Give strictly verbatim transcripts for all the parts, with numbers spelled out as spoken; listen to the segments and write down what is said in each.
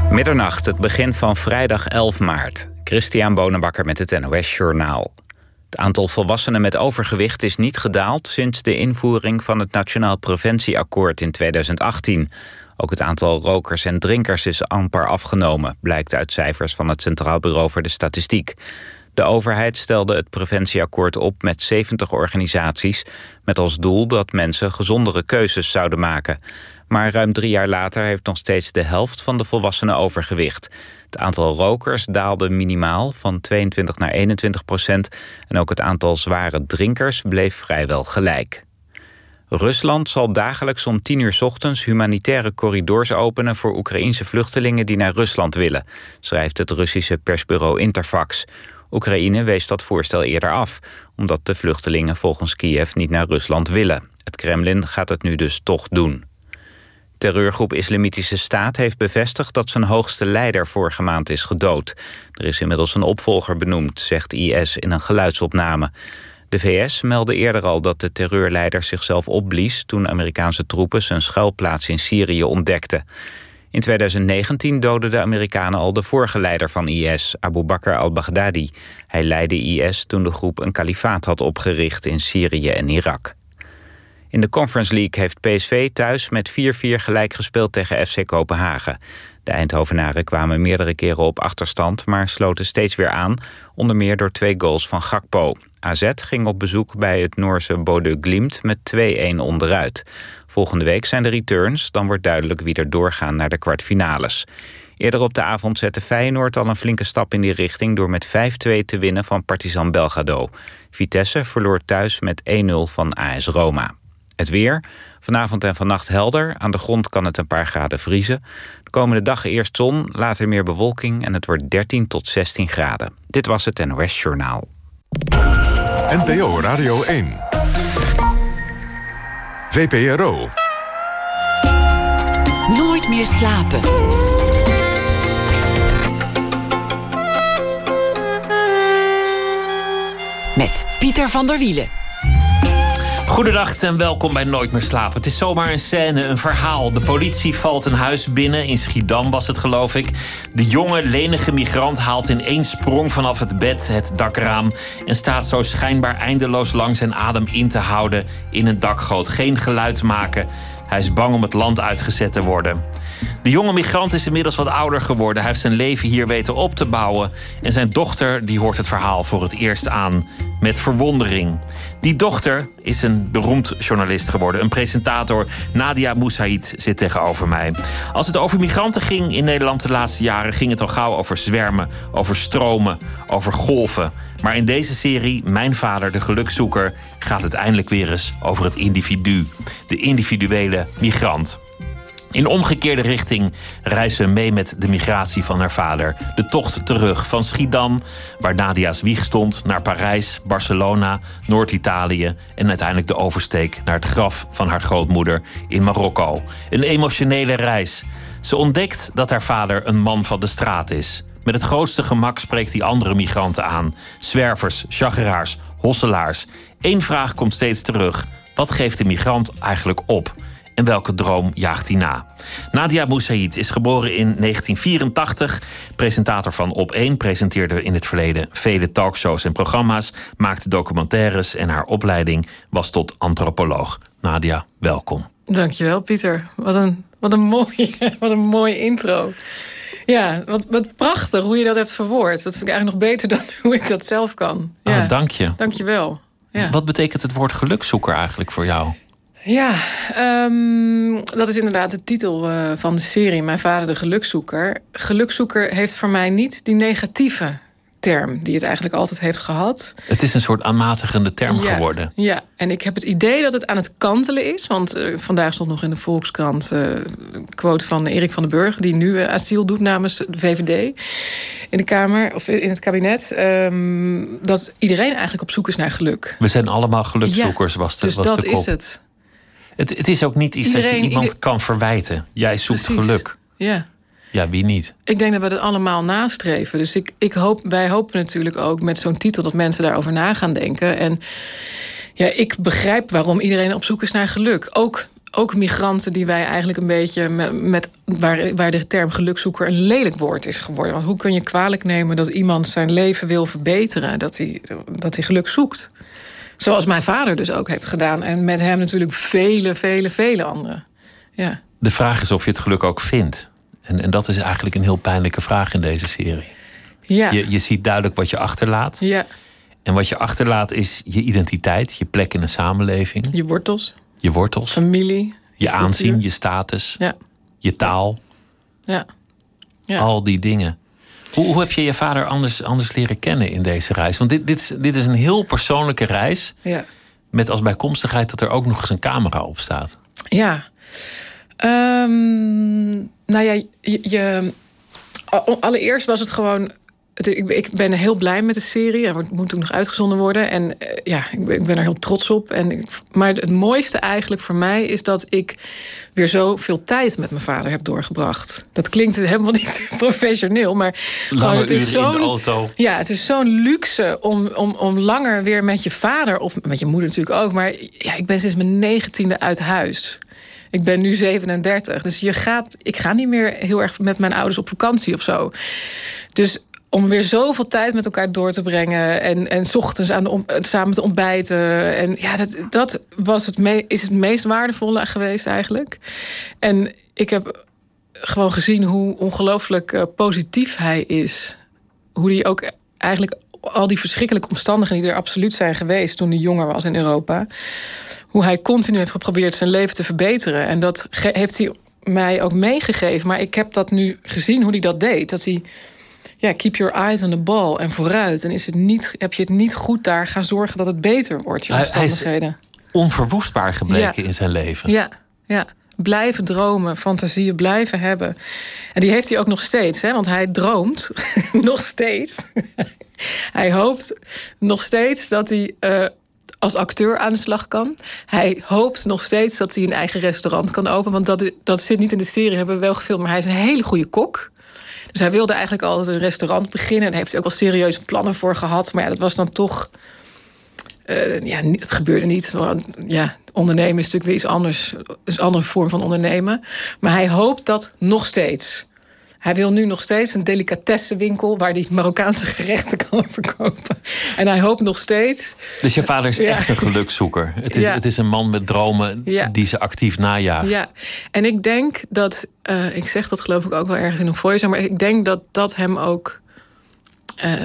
Middernacht, het begin van vrijdag elf maart. Christian Bonenbakker met het N O S Journaal. Het aantal volwassenen met overgewicht is niet gedaald sinds de invoering van het Nationaal Preventieakkoord in tweeduizend achttien. Ook het aantal rokers en drinkers is amper afgenomen, blijkt uit cijfers van het Centraal Bureau voor de Statistiek. De overheid stelde het preventieakkoord op met zeventig organisaties, met als doel dat mensen gezondere keuzes zouden maken. Maar ruim drie jaar later heeft nog steeds de helft van de volwassenen overgewicht. Het aantal rokers daalde minimaal van tweeëntwintig naar eenentwintig procent... en ook het aantal zware drinkers bleef vrijwel gelijk. Rusland zal dagelijks om tien uur 's ochtends humanitaire corridors openen voor Oekraïense vluchtelingen die naar Rusland willen, schrijft het Russische persbureau Interfax. Oekraïne wees dat voorstel eerder af, omdat de vluchtelingen volgens Kiev niet naar Rusland willen. Het Kremlin gaat het nu dus toch doen. Terreurgroep Islamitische Staat heeft bevestigd dat zijn hoogste leider vorige maand is gedood. Er is inmiddels een opvolger benoemd, zegt I S in een geluidsopname. De V S meldde eerder al dat de terreurleider zichzelf opblies toen Amerikaanse troepen zijn schuilplaats in Syrië ontdekten. In tweeduizend negentien doodden de Amerikanen al de vorige leider van I S, Abu Bakr al-Baghdadi. Hij leidde I S toen de groep een kalifaat had opgericht in Syrië en Irak. In de Conference League heeft P S V thuis met vier vier gelijk gespeeld tegen F C Kopenhagen. De Eindhovenaren kwamen meerdere keren op achterstand, maar sloten steeds weer aan, onder meer door twee goals van Gakpo. A Z ging op bezoek bij het Noorse Bodø Glimt met twee-een onderuit. Volgende week zijn de returns, dan wordt duidelijk wie er doorgaan naar de kwartfinales. Eerder op de avond zette Feyenoord al een flinke stap in die richting door met vijf-twee te winnen van Partizan Belgrado. Vitesse verloor thuis met één-nul van A S Roma. Het weer. Vanavond en vannacht helder. Aan de grond kan het een paar graden vriezen. De komende dag eerst zon, later meer bewolking en het wordt dertien tot zestien graden. Dit was het N O S Journaal. N P O Radio één. V P R O. Nooit meer slapen. Met Pieter van der Wielen. Goedendag en welkom bij Nooit meer slapen. Het is zomaar een scène, een verhaal. De politie valt een huis binnen, in Schiedam was het geloof ik. De jonge, lenige migrant haalt in één sprong vanaf het bed het dakraam en staat zo schijnbaar eindeloos lang zijn adem in te houden in een dakgoot. Geen geluid maken. Hij is bang om het land uitgezet te worden. De jonge migrant is inmiddels wat ouder geworden. Hij heeft zijn leven hier weten op te bouwen. En zijn dochter die hoort het verhaal voor het eerst aan met verwondering. Die dochter is een beroemd journalist geworden. Een presentator, Nadia Moussaïd, zit tegenover mij. Als het over migranten ging in Nederland de laatste jaren, ging het al gauw over zwermen, over stromen, over golven. Maar in deze serie, Mijn vader de gelukzoeker, gaat het eindelijk weer eens over het individu. De individuele migrant. In omgekeerde richting reizen we mee met de migratie van haar vader. De tocht terug van Schiedam, waar Nadia's wieg stond, naar Parijs, Barcelona, Noord-Italië en uiteindelijk de oversteek naar het graf van haar grootmoeder in Marokko. Een emotionele reis. Ze ontdekt dat haar vader een man van de straat is. Met het grootste gemak spreekt hij andere migranten aan. Zwervers, chageraars, hosselaars. Eén vraag komt steeds terug. Wat geeft de migrant eigenlijk op? En welke droom jaagt hij na? Nadia Moussaïd is geboren in negentien vierentachtig. Presentator van Op één. Presenteerde in het verleden vele talkshows en programma's. Maakte documentaires en haar opleiding was tot antropoloog. Nadia, welkom. Dankjewel, Pieter. Wat een, wat een, mooie, wat een mooie intro. Ja, wat, wat prachtig hoe je dat hebt verwoord. Dat vind ik eigenlijk nog beter dan hoe ik dat zelf kan. Ja. Ah, dank je. Dankjewel. Ja. Wat betekent het woord gelukzoeker eigenlijk voor jou? Ja, um, dat is inderdaad de titel uh, van de serie, Mijn vader de gelukzoeker. Gelukzoeker heeft voor mij niet die negatieve term die het eigenlijk altijd heeft gehad. Het is een soort aanmatigende term ja, geworden. Ja, en ik heb het idee dat het aan het kantelen is. Want uh, vandaag stond nog in de Volkskrant uh, een quote van Erik van den Burg, die nu uh, asiel doet namens de V V D in de Kamer of in het kabinet. Um, dat iedereen eigenlijk op zoek is naar geluk. We zijn allemaal gelukzoekers, ja, was de, dus was dat de kop. is het. Het, het is ook niet iets Iedereen, dat je iemand ieder... kan verwijten. Jij zoekt Precies. geluk. Ja. Ja, wie niet? Ik denk dat we dat allemaal nastreven. Dus ik, ik hoop, wij hopen natuurlijk ook met zo'n titel dat mensen daarover na gaan denken. En ja, ik begrijp waarom iedereen op zoek is naar geluk. Ook, ook migranten die wij eigenlijk een beetje... met, met waar, waar de term gelukzoeker een lelijk woord is geworden. Want hoe kun je kwalijk nemen dat iemand zijn leven wil verbeteren? Dat hij, dat hij geluk zoekt. Zoals mijn vader dus ook heeft gedaan. En met hem natuurlijk vele, vele, vele anderen. Ja. De vraag is of je het geluk ook vindt. En, en dat is eigenlijk een heel pijnlijke vraag in deze serie. Ja. Je, je ziet duidelijk wat je achterlaat. Ja. En wat je achterlaat is je identiteit, je plek in een samenleving. Je wortels. Je wortels. Familie. Je aanzien, cultuur. Je status. Ja. Je taal. Ja. Ja. Al die dingen. Hoe, hoe heb je je vader anders, anders leren kennen in deze reis? Want dit, dit, is, dit is een heel persoonlijke reis. Ja. Met als bijkomstigheid dat er ook nog eens een camera op staat. Ja. Um, nou ja, je, je, allereerst was het gewoon... Ik, ik ben heel blij met de serie. Het moet ook nog uitgezonden worden. En uh, ja, ik ben, ik ben er heel trots op. En ik, maar het mooiste eigenlijk voor mij is dat ik weer zoveel tijd met mijn vader heb doorgebracht. Dat klinkt helemaal niet professioneel, maar lange het is uren in de auto. Ja, het is zo'n luxe om, om, om langer weer met je vader, of met je moeder natuurlijk ook. Maar ja, ik ben sinds mijn negentiende uit huis. Ik ben nu zevenendertig. Dus je gaat, ik ga niet meer heel erg met mijn ouders op vakantie of zo. Dus om weer zoveel tijd met elkaar door te brengen. En, en 's ochtends aan de om, samen te ontbijten. En ja, dat, dat was het me, is het meest waardevolle geweest eigenlijk. En ik heb gewoon gezien hoe ongelooflijk uh, positief hij is. Hoe hij ook eigenlijk al die verschrikkelijke omstandigheden die er absoluut zijn geweest toen hij jonger was in Europa. Hoe hij continu heeft geprobeerd zijn leven te verbeteren. En dat ge- heeft hij mij ook meegegeven. Maar ik heb dat nu gezien hoe hij dat deed. Dat hij... Ja, keep your eyes on the ball en vooruit. En is het niet, heb je het niet goed daar, ga zorgen dat het beter wordt, je omstandigheden. Hij is onverwoestbaar gebleken ja. in zijn leven. Ja, ja. Blijven dromen, fantasieën blijven hebben. En die heeft hij ook nog steeds, hè? Want hij droomt nog steeds. Hij hoopt nog steeds dat hij uh, als acteur aan de slag kan. Hij hoopt nog steeds dat hij een eigen restaurant kan openen. Want dat, dat zit niet in de serie, hebben we wel gefilmd. Maar hij is een hele goede kok. Dus hij wilde eigenlijk altijd een restaurant beginnen. En daar heeft hij ook wel serieuze plannen voor gehad. Maar ja, dat was dan toch... Uh, ja, het gebeurde niet. Ja, ondernemen is natuurlijk weer iets anders. Is een andere vorm van ondernemen. Maar hij hoopt dat nog steeds. Hij wil nu nog steeds een delicatessenwinkel waar hij Marokkaanse gerechten kan verkopen. En hij hoopt nog steeds... Dus je vader is ja. echt een gelukzoeker. Het is, ja. het is een man met dromen ja. die ze actief najaagt. Ja, en ik denk dat... Uh, ik zeg dat geloof ik ook wel ergens in een voice, maar ik denk dat dat hem ook... Uh,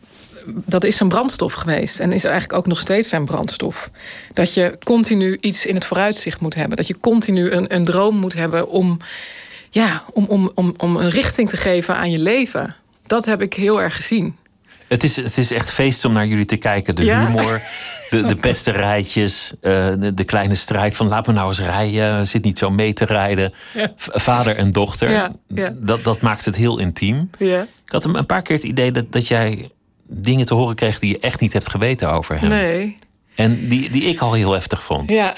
dat is zijn brandstof geweest. En is eigenlijk ook nog steeds zijn brandstof. Dat je continu iets in het vooruitzicht moet hebben. Dat je continu een, een droom moet hebben om... Ja, om, om, om, om een richting te geven aan je leven. Dat heb ik heel erg gezien. Het is, het is echt feest om naar jullie te kijken. De ja? humor, de, de pesterijtjes, uh, de, de kleine strijd van laat me nou eens rijden. Zit niet zo mee te rijden. Ja. Vader en dochter. Ja, ja. Dat, dat maakt het heel intiem. Ja. Ik had een paar keer het idee dat, dat jij dingen te horen kreeg die je echt niet hebt geweten over hem. Nee. En die, die ik al heel heftig vond. Ja,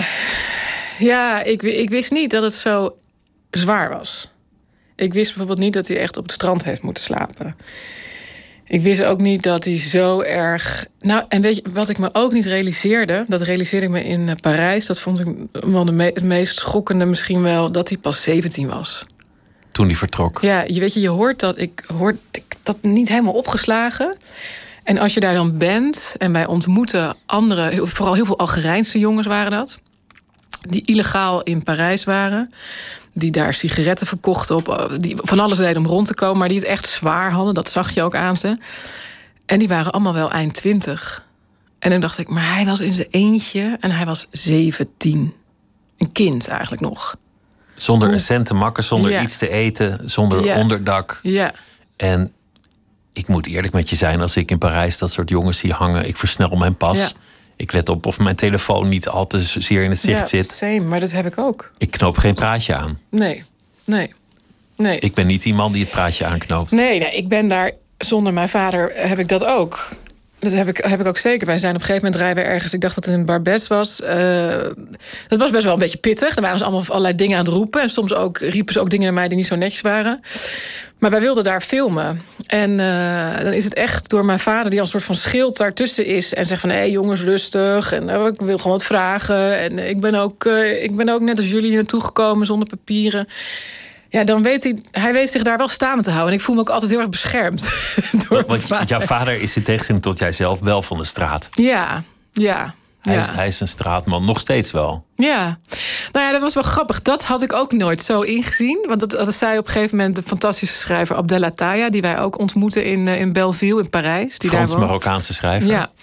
ja ik, ik wist niet dat het zo zwaar was. Ik wist bijvoorbeeld niet dat hij echt op het strand heeft moeten slapen. Ik wist ook niet dat hij zo erg... Nou, en weet je, wat ik me ook niet realiseerde... dat realiseerde ik me in uh, Parijs. Dat vond ik wel de me- het meest schokkende misschien wel... dat hij pas zeventien was. Toen hij vertrok. Ja, je weet je, je hoort dat... Ik hoor dat niet helemaal opgeslagen. En als je daar dan bent... en wij ontmoeten andere... vooral heel veel Algerijnse jongens waren dat... die illegaal in Parijs waren... die daar sigaretten verkochten, op, die van alles deden om rond te komen... maar die het echt zwaar hadden, dat zag je ook aan ze. En die waren allemaal wel eind twintig. En dan dacht ik, maar hij was in zijn eentje en hij was zeventien. Een kind eigenlijk nog. Zonder Hoe? een cent te makken, zonder ja. iets te eten, zonder ja. onderdak. Ja. En ik moet eerlijk met je zijn, als ik in Parijs dat soort jongens zie hangen... ik versnel mijn pas... Ja. Ik let op of mijn telefoon niet al te zeer in het zicht ja, zit. Same, maar dat heb ik ook. Ik knoop geen praatje aan. Nee, nee, nee. Ik ben niet die man die het praatje aanknoopt. Nee, nee, ik ben daar... Zonder mijn vader heb ik dat ook. Dat heb ik, heb ik ook zeker. Wij zijn op een gegeven moment rijden we ergens... ik dacht dat het in Barbès was. Uh, dat was best wel een beetje pittig. Er waren ze allemaal allerlei dingen aan het roepen. En soms ook, riepen ze ook dingen naar mij die niet zo netjes waren. Maar wij wilden daar filmen. En uh, dan is het echt door mijn vader, die als een soort van schild daartussen is en zegt van, hé hey, jongens, rustig. En uh, ik wil gewoon wat vragen. En uh, ik, ben ook, uh, ik ben ook net als jullie hier naartoe gekomen zonder papieren. Ja, dan weet hij, hij weet zich daar wel staande te houden. En ik voel me ook altijd heel erg beschermd. door Want vader. Jouw vader is in tegenstelling tot jijzelf wel van de straat. Ja, ja. Hij, ja. is, hij is een straatman, nog steeds wel. Ja, nou ja, dat was wel grappig. Dat had ik ook nooit zo ingezien. Want dat, dat zei op een gegeven moment de fantastische schrijver Abdel Attaya, die wij ook ontmoeten in, in Belleville in Parijs. Die Frans-Marokkaanse schrijver. Ja.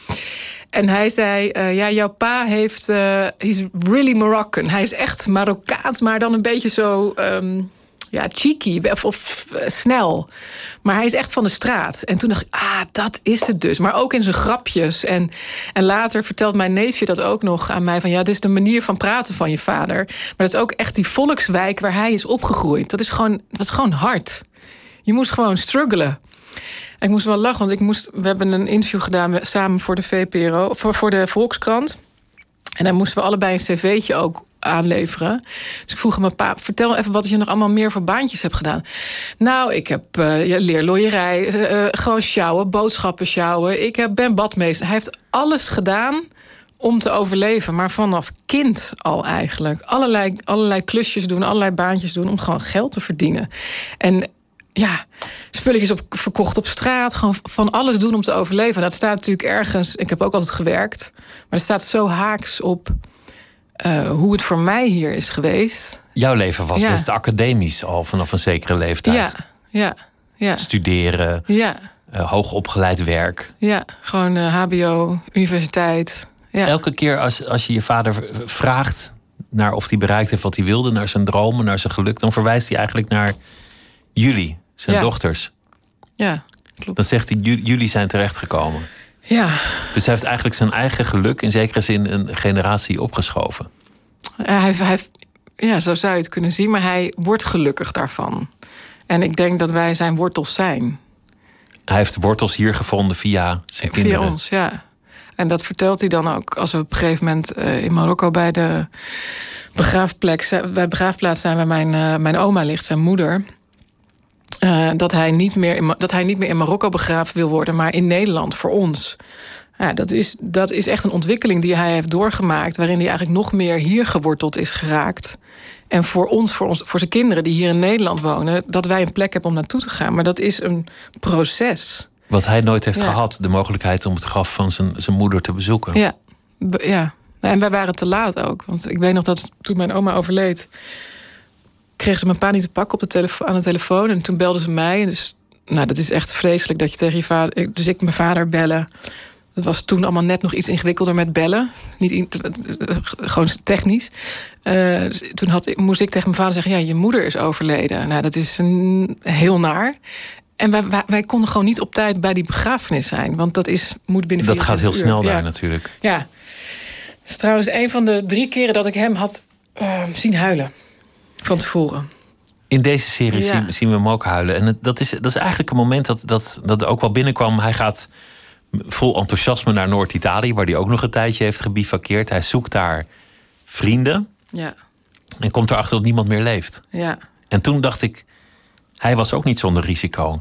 En hij zei, uh, ja, jouw pa heeft, uh, he's really Moroccan. Hij is echt Marokkaans, maar dan een beetje zo Um, ja, cheeky of, of uh, snel. Maar hij is echt van de straat. En toen dacht ik, ah, dat is het dus. Maar ook in zijn grapjes. En, en later vertelt mijn neefje dat ook nog aan mij. Van ja, dit is de manier van praten van je vader. Maar dat is ook echt die volkswijk waar hij is opgegroeid. Dat is gewoon, dat was gewoon hard. Je moest gewoon struggelen. En ik moest wel lachen, want ik moest, we hebben een interview gedaan samen voor de V P R O, voor, voor de Volkskrant. En daar moesten we allebei een cv'tje ook aanleveren. Dus ik vroeg aan mijn pa, vertel even wat je nog allemaal meer voor baantjes hebt gedaan. Nou, ik heb uh, ja, leerlooierij, uh, gewoon sjouwen, boodschappen sjouwen. Ik heb, ben badmeester. Hij heeft alles gedaan om te overleven, maar vanaf kind al eigenlijk. Allerlei, allerlei klusjes doen, allerlei baantjes doen om gewoon geld te verdienen. En ja, spulletjes op, verkocht op straat. Gewoon van alles doen om te overleven. Dat staat natuurlijk ergens, ik heb ook altijd gewerkt, maar het staat zo haaks op Uh, hoe het voor mij hier is geweest. Jouw leven was ja. best academisch al vanaf een zekere leeftijd. Ja, ja, ja. Studeren, ja. uh, hoogopgeleid werk. Ja, gewoon uh, H B O, universiteit. Ja. Elke keer als, als je je vader vraagt naar of hij bereikt heeft wat hij wilde, naar zijn dromen, naar zijn geluk, dan verwijst hij eigenlijk naar jullie, zijn ja. dochters. Ja, klopt. Dan zegt hij, jullie zijn terechtgekomen. Ja. Dus hij heeft eigenlijk zijn eigen geluk in zekere zin een generatie opgeschoven. Ja, hij, hij, ja, zo zou je het kunnen zien, maar hij wordt gelukkig daarvan. En ik denk dat wij zijn wortels zijn. Hij heeft wortels hier gevonden via zijn via kinderen. Via ons, ja. En dat vertelt hij dan ook als we op een gegeven moment uh, in Marokko bij de begraafplek, bij begraafplaats zijn waar mijn, uh, mijn oma ligt, zijn moeder. Uh, dat, hij niet meer in, dat hij niet meer in Marokko begraven wil worden, maar in Nederland voor ons. Ja, dat is, dat is echt een ontwikkeling die hij heeft doorgemaakt, waarin hij eigenlijk nog meer hier geworteld is geraakt. En voor ons, voor ons, voor zijn kinderen die hier in Nederland wonen, dat wij een plek hebben om naartoe te gaan. Maar dat is een proces. Wat hij nooit heeft ja. gehad, de mogelijkheid om het graf van zijn, zijn moeder te bezoeken. Ja, ja. En wij waren te laat ook. Want ik weet nog dat toen mijn oma overleed, kreeg ze mijn pa niet te pakken op de telefo- aan de telefoon. En toen belden ze mij. Dus nou, dat is echt vreselijk dat je tegen je vader. Dus ik mijn vader bellen. Dat was toen allemaal net nog iets ingewikkelder met bellen. Niet in, gewoon technisch. Uh, dus toen had, moest ik tegen mijn vader zeggen, ja, je moeder is overleden. Nou, dat is een, heel naar. En wij, wij, wij konden gewoon niet op tijd bij die begrafenis zijn. Want dat is, moet binnen Dat gaat heel uur. snel daar ja. natuurlijk. Ja. Dat is trouwens een van de drie keren dat ik hem had uh, zien huilen. Van tevoren. In deze serie ja. zien, zien we hem ook huilen. En het, dat, is, dat is eigenlijk een moment dat, dat, dat ook wel binnenkwam. Hij gaat vol enthousiasme naar Noord-Italië, waar hij ook nog een tijdje heeft gebivakkeerd. Hij zoekt daar vrienden. Ja. En komt erachter dat niemand meer leeft. Ja. En toen dacht ik, hij was ook niet zonder risico.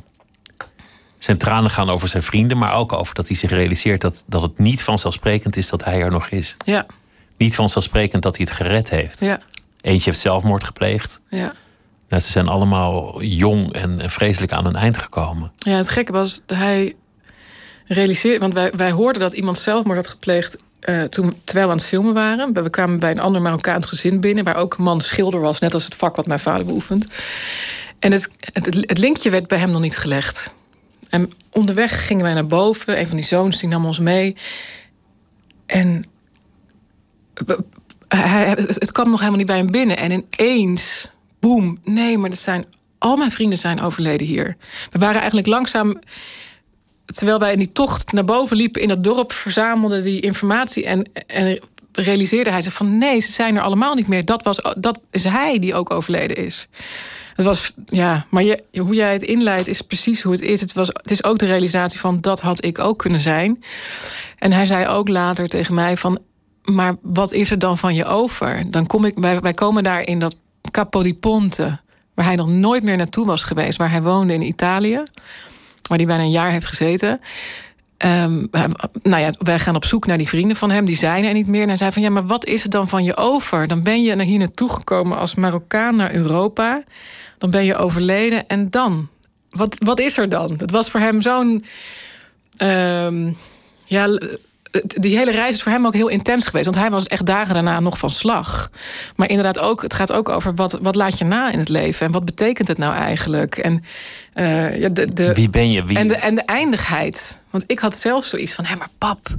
Zijn tranen gaan over zijn vrienden, maar ook over dat hij zich realiseert dat, dat het niet vanzelfsprekend is dat hij er nog is. Ja. Niet vanzelfsprekend dat hij het gered heeft. Ja. Eentje heeft zelfmoord gepleegd. Ja. Nou, ze zijn allemaal jong en, en vreselijk aan hun eind gekomen. Ja, het gekke was, hij realiseerde, want wij, wij hoorden dat iemand zelfmoord had gepleegd uh, toen, terwijl we aan het filmen waren. We kwamen bij een ander Marokkaans gezin binnen, waar ook een man schilder was, net als het vak wat mijn vader beoefent. En het, het, het linkje werd bij hem nog niet gelegd. En onderweg gingen wij naar boven. Een van die zoons die nam ons mee. En hij, het, het kwam nog helemaal niet bij hem binnen. En ineens, boem, nee, maar dat zijn, al mijn vrienden zijn overleden hier. We waren eigenlijk langzaam, terwijl wij in die tocht naar boven liepen in dat dorp, verzamelden die informatie en, en realiseerde hij zich van nee, ze zijn er allemaal niet meer. Dat, was, dat is hij die ook overleden is. Het was, ja, maar je, hoe jij het inleidt is precies hoe het is. Het, was, het is ook de realisatie van, dat had ik ook kunnen zijn. En hij zei ook later tegen mij van, maar wat is er dan van je over? Dan kom ik, wij, wij komen daar in dat Capo di Ponte, waar hij nog nooit meer naartoe was geweest, waar hij woonde in Italië, waar hij bijna een jaar heeft gezeten. Um, nou ja, wij gaan op zoek naar die vrienden van hem, die zijn er niet meer. En hij zei van, ja, maar wat is er dan van je over? Dan ben je hier naartoe gekomen als Marokkaan naar Europa. Dan ben je overleden en dan? Wat, wat is er dan? Het was voor hem zo'n... Um, ja, die hele reis is voor hem ook heel intens geweest. Want hij was echt dagen daarna nog van slag. Maar inderdaad ook, het gaat ook over wat, wat laat je na in het leven? En wat betekent het nou eigenlijk? En, uh, ja, de, de, Wie ben je? Wie? En, de, en de eindigheid. Want ik had zelf zoiets van, hé, maar pap,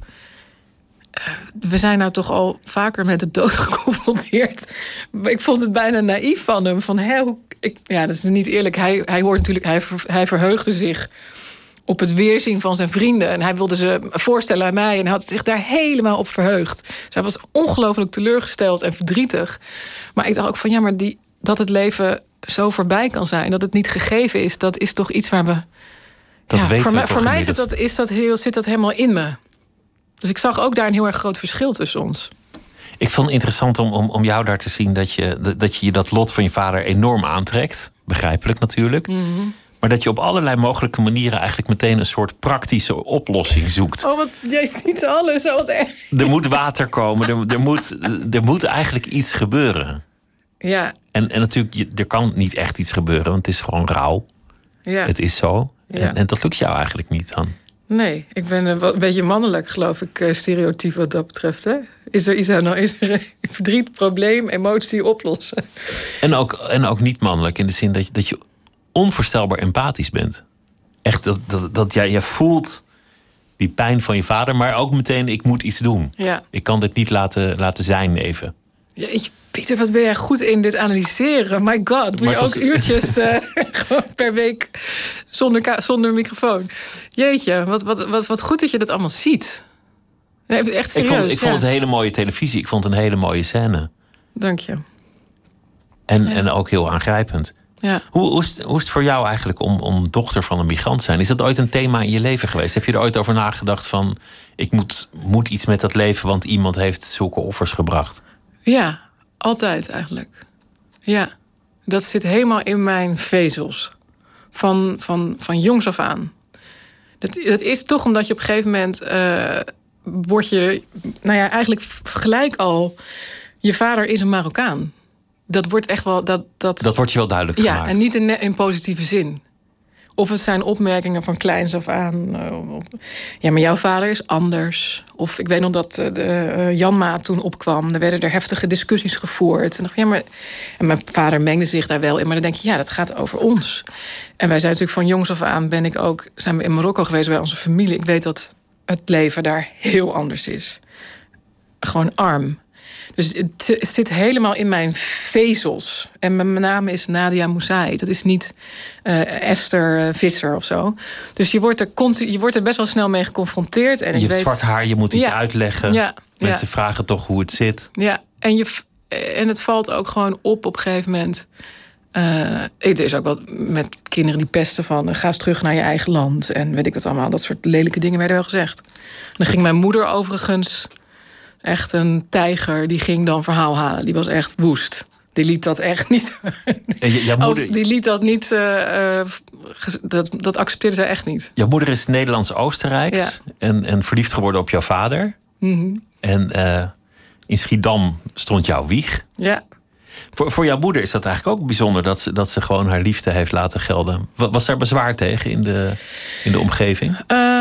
uh, we zijn nou toch al vaker met de dood geconfronteerd. Ik vond het bijna naïef van hem. Van, hé, hoe, ik, ja, dat is niet eerlijk. Hij, hij hoort natuurlijk, hij, hij verheugde zich op het weerzien van zijn vrienden. En hij wilde ze voorstellen aan mij en had zich daar helemaal op verheugd. Dus hij was ongelooflijk teleurgesteld en verdrietig. Maar ik dacht ook van, ja, maar die, dat het leven zo voorbij kan zijn, dat het niet gegeven is, dat is toch iets waar we... Dat ja, weten voor we mij, toch voor mij zit inmiddels. dat, is dat heel, zit dat helemaal in me. Dus ik zag ook daar een heel erg groot verschil tussen ons. Ik vond het interessant om, om, om jou daar te zien dat je, dat je dat lot van je vader enorm aantrekt. Begrijpelijk natuurlijk. Mm-hmm. Maar dat je op allerlei mogelijke manieren eigenlijk meteen een soort praktische oplossing zoekt. Oh, wat, jij ziet alles zo wat erg. Er moet water komen, er, er, moet, er moet eigenlijk iets gebeuren. Ja, En, en natuurlijk, je- er kan niet echt iets gebeuren, want het is gewoon rauw. ja. Het is zo. Ja. En, en dat lukt jou eigenlijk niet dan. Nee, ik ben een, wat- een beetje mannelijk, geloof ik, eh, stereotyp wat dat betreft. Hè? Is er iets aan, nou, is er een verdriet, probleem, emotie oplossen? En ook, en ook niet mannelijk in de zin dat je, dat je onvoorstelbaar empathisch bent. Echt, dat, dat, dat jij, jij voelt die pijn van je vader, maar ook meteen, ik moet iets doen. Ja. Ik kan dit niet laten, laten zijn even. Jeetje, Pieter, wat ben jij goed in dit analyseren? My god, doe Maar je het ook was- uurtjes eh, gewoon per week zonder, ka- zonder microfoon? Jeetje, wat, wat, wat, wat goed dat je dat allemaal ziet. Nee, echt Ik serieus, vond, ik vond ja. het een hele mooie televisie. Ik vond het een hele mooie scène. Dank je. En, en ook heel aangrijpend. Ja. Hoe, hoe, is het, hoe is het voor jou eigenlijk om, om dochter van een migrant te zijn? Is dat ooit een thema in je leven geweest? Heb je er ooit over nagedacht van, ik moet, moet iets met dat leven, want iemand heeft zulke offers gebracht? Ja, altijd eigenlijk. Ja, dat zit helemaal in mijn vezels. Van, van, van jongs af aan. Dat, dat is toch omdat je op een gegeven moment... Uh, word je, nou ja, eigenlijk gelijk al... Je vader is een Marokkaan. Dat wordt echt wel... Dat, dat, Dat wordt je wel duidelijk ja, gemaakt. en niet in, in positieve zin. Of het zijn opmerkingen van kleins af aan. Uh, ja, maar jouw vader is anders. Of ik weet nog dat uh, de, uh, Janma toen opkwam. Er werden er heftige discussies gevoerd. En, dacht, ja, maar, en mijn vader mengde zich daar wel in. Maar dan denk je, ja, dat gaat over ons. En wij zijn natuurlijk van jongs af aan... ben ik ook, zijn we in Marokko geweest bij onze familie. Ik weet dat het leven daar heel anders is. Gewoon arm. Dus het zit helemaal in mijn vezels. En mijn naam is Nadia Moussaï. Dat is niet uh, Esther Visser of zo. Dus je wordt, er continu, je wordt er best wel snel mee geconfronteerd. En je ik hebt weet, zwart haar, je moet iets ja, uitleggen. Ja, Mensen ja. vragen toch hoe het zit. Ja, en, je, en het valt ook gewoon op op een gegeven moment. Uh, het is ook wat met kinderen die pesten van... ga eens terug naar je eigen land. En weet ik wat allemaal. Dat soort lelijke dingen werden wel gezegd. En dan ging mijn moeder overigens... echt een tijger, die ging dan verhaal halen. Die was echt woest. Die liet dat echt niet... En je, jouw moeder, Of die liet dat niet... Uh, dat, dat accepteerde zij echt niet. jouw moeder is Nederlands-Oostenrijks. Ja. En, en verliefd geworden op jouw vader. Mm-hmm. En uh, in Schiedam stond jouw wieg. Ja. Voor, voor jouw moeder is dat eigenlijk ook bijzonder... dat ze, dat ze gewoon haar liefde heeft laten gelden. Was daar bezwaar tegen in de, in de omgeving?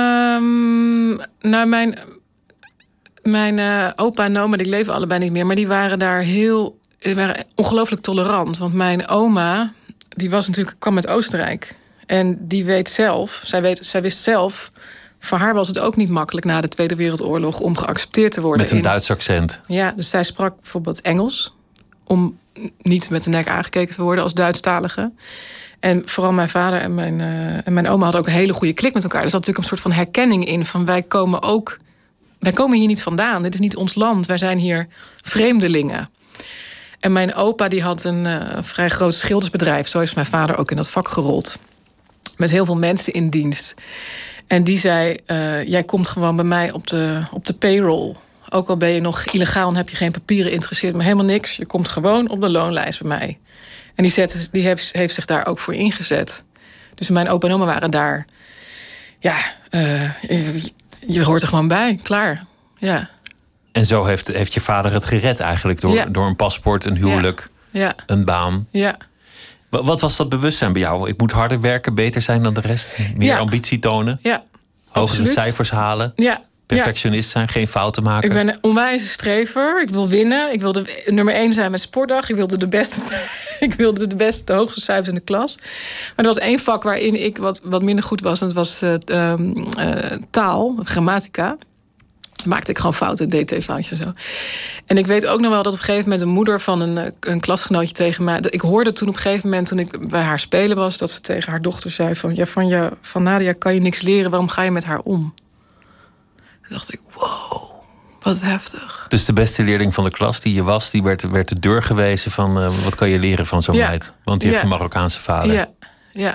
Um, nou, mijn... Mijn uh, opa en oma, die leven allebei niet meer... maar die waren daar heel... Die waren ongelooflijk tolerant. Want mijn oma, die was natuurlijk, kwam uit Oostenrijk. En die weet zelf, zij, weet, zij wist zelf... voor haar was het ook niet makkelijk na de Tweede Wereldoorlog... om geaccepteerd te worden. Met een in, Duits accent. Ja, dus zij sprak bijvoorbeeld Engels... om niet met de nek aangekeken te worden als Duitsstalige. En vooral mijn vader en mijn, uh, en mijn oma hadden ook een hele goede klik met elkaar. Er zat natuurlijk een soort van herkenning in... van wij komen ook... Wij komen hier niet vandaan, dit is niet ons land. Wij zijn hier vreemdelingen. En mijn opa die had een uh, vrij groot schildersbedrijf. Zo is mijn vader ook in dat vak gerold. Met heel veel mensen in dienst. En die zei, uh, jij komt gewoon bij mij op de, op de payroll. Ook al ben je nog illegaal en heb je geen papieren, interesseert me helemaal niks. Je komt gewoon op de loonlijst bij mij. En die, zet, die heeft, heeft zich daar ook voor ingezet. Dus mijn opa en oma waren daar. Ja, uh, je, je hoort er gewoon bij. Klaar. Ja. En zo heeft, heeft je vader het gered eigenlijk. Door, ja. door een paspoort, een huwelijk, ja. Ja. een baan. Ja. Wat, wat was dat bewustzijn bij jou? Ik moet harder werken, beter zijn dan de rest. Meer ja. ambitie tonen. Ja. Hogere Absoluut. cijfers halen. Ja. Perfectionist zijn, geen fouten maken. Ik ben een onwijze strever. Ik wil winnen. Ik wilde nummer één zijn met sportdag. Ik wilde de beste zijn. Ik wilde de beste, de hoogste cijfers in de klas. Maar er was één vak waarin ik wat, wat minder goed was. En dat was uh, um, uh, taal, grammatica. Maakte ik gewoon fouten, D T-foutjes en zo. En ik weet ook nog wel dat op een gegeven moment een moeder van een, een klasgenootje tegen mij. Ik hoorde toen op een gegeven moment, toen ik bij haar spelen was, dat ze tegen haar dochter zei: van ja, van, je, van Nadia kan je niks leren, waarom ga je met haar om? Toen dacht ik, wow, wat heftig. Dus de beste leerling van de klas die je was, die werd, werd de deur gewezen van uh, wat kan je leren van zo'n ja. meid? Want die ja. heeft een Marokkaanse vader. Ja, ja.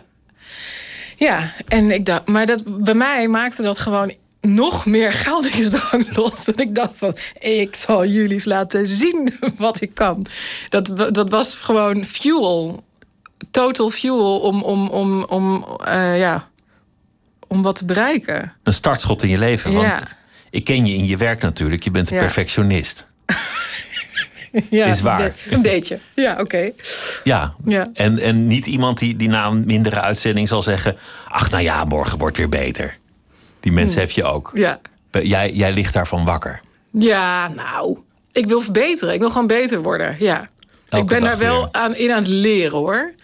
Ja, en ik dacht, maar dat, bij mij maakte dat gewoon nog meer geldingsdrang los. En ik dacht van, ik zal jullie eens laten zien wat ik kan. Dat, dat was gewoon fuel. Total fuel om, om, om, om, uh, ja, om wat te bereiken. Een startschot in je leven. Want ja. ik ken je in je werk natuurlijk. Je bent een ja. perfectionist. Ja, is waar. Een, be- een beetje. Ja, oké. Okay. Ja, ja. En, en niet iemand die, die na een mindere uitzending zal zeggen: ach, nou ja, morgen wordt weer beter. Die mensen hmm. heb je ook. Ja. Jij, jij ligt daarvan wakker. Ja, nou, ik wil verbeteren. Ik wil gewoon beter worden, ja. Elke ik ben daar wel weer. aan, in aan het leren, hoor.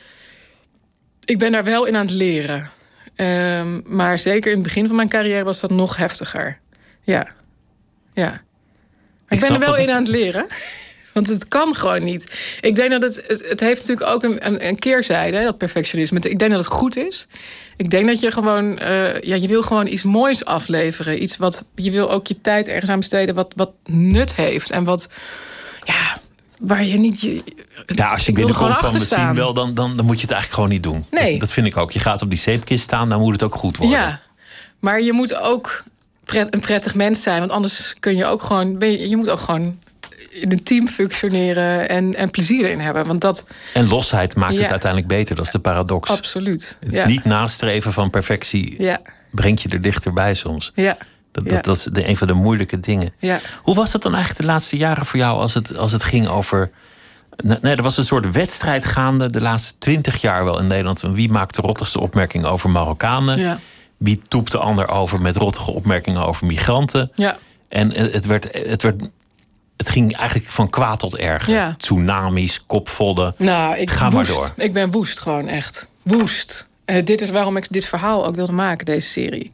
Ik ben daar wel in aan het leren. Um, maar zeker in het begin van mijn carrière was dat nog heftiger. Ja, ja. Maar ik, ik ben er wel in aan het leren. Want het kan gewoon niet. Ik denk dat het... Het, het heeft natuurlijk ook een, een, een keerzijde, dat perfectionisme. Ik denk dat het goed is. Ik denk dat je gewoon... Uh, ja, je wil gewoon iets moois afleveren. Iets wat... Je wil ook je tijd ergens aan besteden wat, wat nut heeft. En wat... Ja, waar je niet... Je, ja, als je binnenkomt van we zien wel, dan, dan, dan moet je het eigenlijk gewoon niet doen. Nee. Dat, dat vind ik ook. Je gaat op die zeepkist staan, dan moet het ook goed worden. Ja, maar je moet ook pret, een prettig mens zijn. Want anders kun je ook gewoon... Ben je, je moet ook gewoon... in een team functioneren en, en plezier erin hebben. Want dat, en losheid maakt ja. het uiteindelijk beter. Dat is de paradox. Absoluut. Het ja. niet nastreven van perfectie ja. brengt je er dichterbij soms. Ja. Dat, dat, ja. dat is de, een van de moeilijke dingen. Ja. Hoe was het dan eigenlijk de laatste jaren voor jou als het, als het ging over... Nee, er was een soort wedstrijd gaande de laatste twintig jaar wel in Nederland. Wie maakt de rottigste opmerking over Marokkanen? Ja. Wie toept de ander over met rottige opmerkingen over migranten? Ja. En het werd... Het werd Het ging eigenlijk van kwaad tot erger. Ja. Tsunamis, kopvodden. Nou, ik Ga woest. maar door. Ik ben woest gewoon echt. Woest. Uh, dit is waarom ik dit verhaal ook wilde maken, deze serie.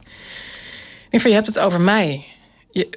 Ik vind, je hebt het over mij. Je,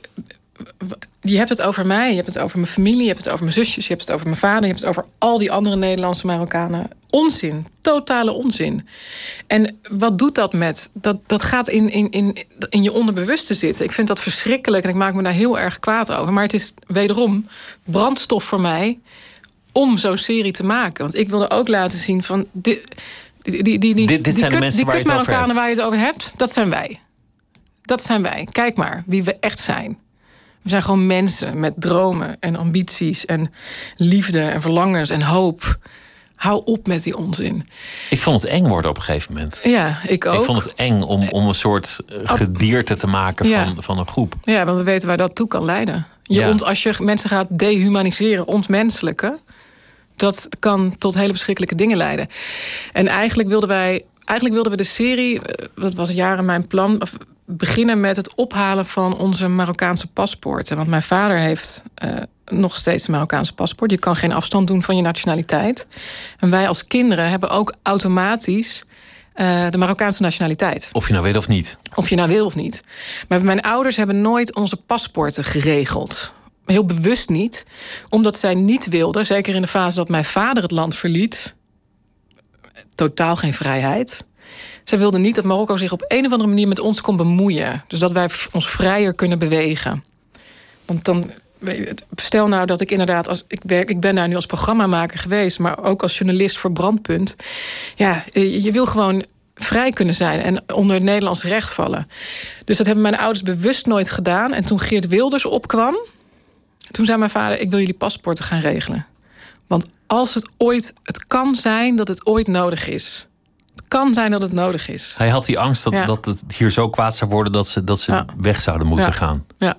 je hebt het over mij. Je hebt het over mijn familie. Je hebt het over mijn zusjes. Je hebt het over mijn vader. Je hebt het over al die andere Nederlandse Marokkanen. Onzin. Totale onzin. En wat doet dat met? Dat, dat gaat in, in, in, in je onderbewuste zitten. Ik vind dat verschrikkelijk en ik maak me daar heel erg kwaad over. Maar het is wederom brandstof voor mij om zo'n serie te maken. Want ik wilde ook laten zien van... Die, die, die, die, die, dit, dit die zijn kut, de mensen die waar je het over hebt. waar je het over hebt, dat zijn wij. Dat zijn wij. Kijk maar wie we echt zijn. We zijn gewoon mensen met dromen en ambities en liefde en verlangens en hoop. Hou op met die onzin. Ik vond het eng worden op een gegeven moment. Ja, ik ook. Ik vond het eng om, om een soort gedierte te maken van, ja. van een groep. Ja, want we weten waar dat toe kan leiden. Je ja. ont, als je mensen gaat dehumaniseren, ontmenselijken... dat kan tot hele verschrikkelijke dingen leiden. En eigenlijk wilden wij... Eigenlijk wilden we de serie, dat was jaren mijn plan... beginnen met het ophalen van onze Marokkaanse paspoorten. Want mijn vader heeft uh, nog steeds een Marokkaanse paspoort. Je kan geen afstand doen van je nationaliteit. En wij als kinderen hebben ook automatisch uh, de Marokkaanse nationaliteit. Of je nou wil of niet. Of je nou wil of niet. Maar mijn ouders hebben nooit onze paspoorten geregeld. Heel bewust niet. Omdat zij niet wilden, zeker in de fase dat mijn vader het land verliet... totaal geen vrijheid... Zij wilden niet dat Marokko zich op een of andere manier met ons kon bemoeien. Dus dat wij ons vrijer kunnen bewegen. Want dan, stel nou dat ik inderdaad, als ik werk, ik ben daar nu als programmamaker geweest, maar ook als journalist voor Brandpunt. Ja, je wil gewoon vrij kunnen zijn en onder het Nederlands recht vallen. Dus dat hebben mijn ouders bewust nooit gedaan. En toen Geert Wilders opkwam, toen zei mijn vader: ik wil jullie paspoorten gaan regelen. Want als het ooit... Het kan zijn dat het ooit nodig is. Het kan zijn dat het nodig is. Hij had die angst dat, Ja. dat het hier zo kwaad zou worden... dat ze, dat ze Ja. weg zouden moeten Ja. gaan. Ja.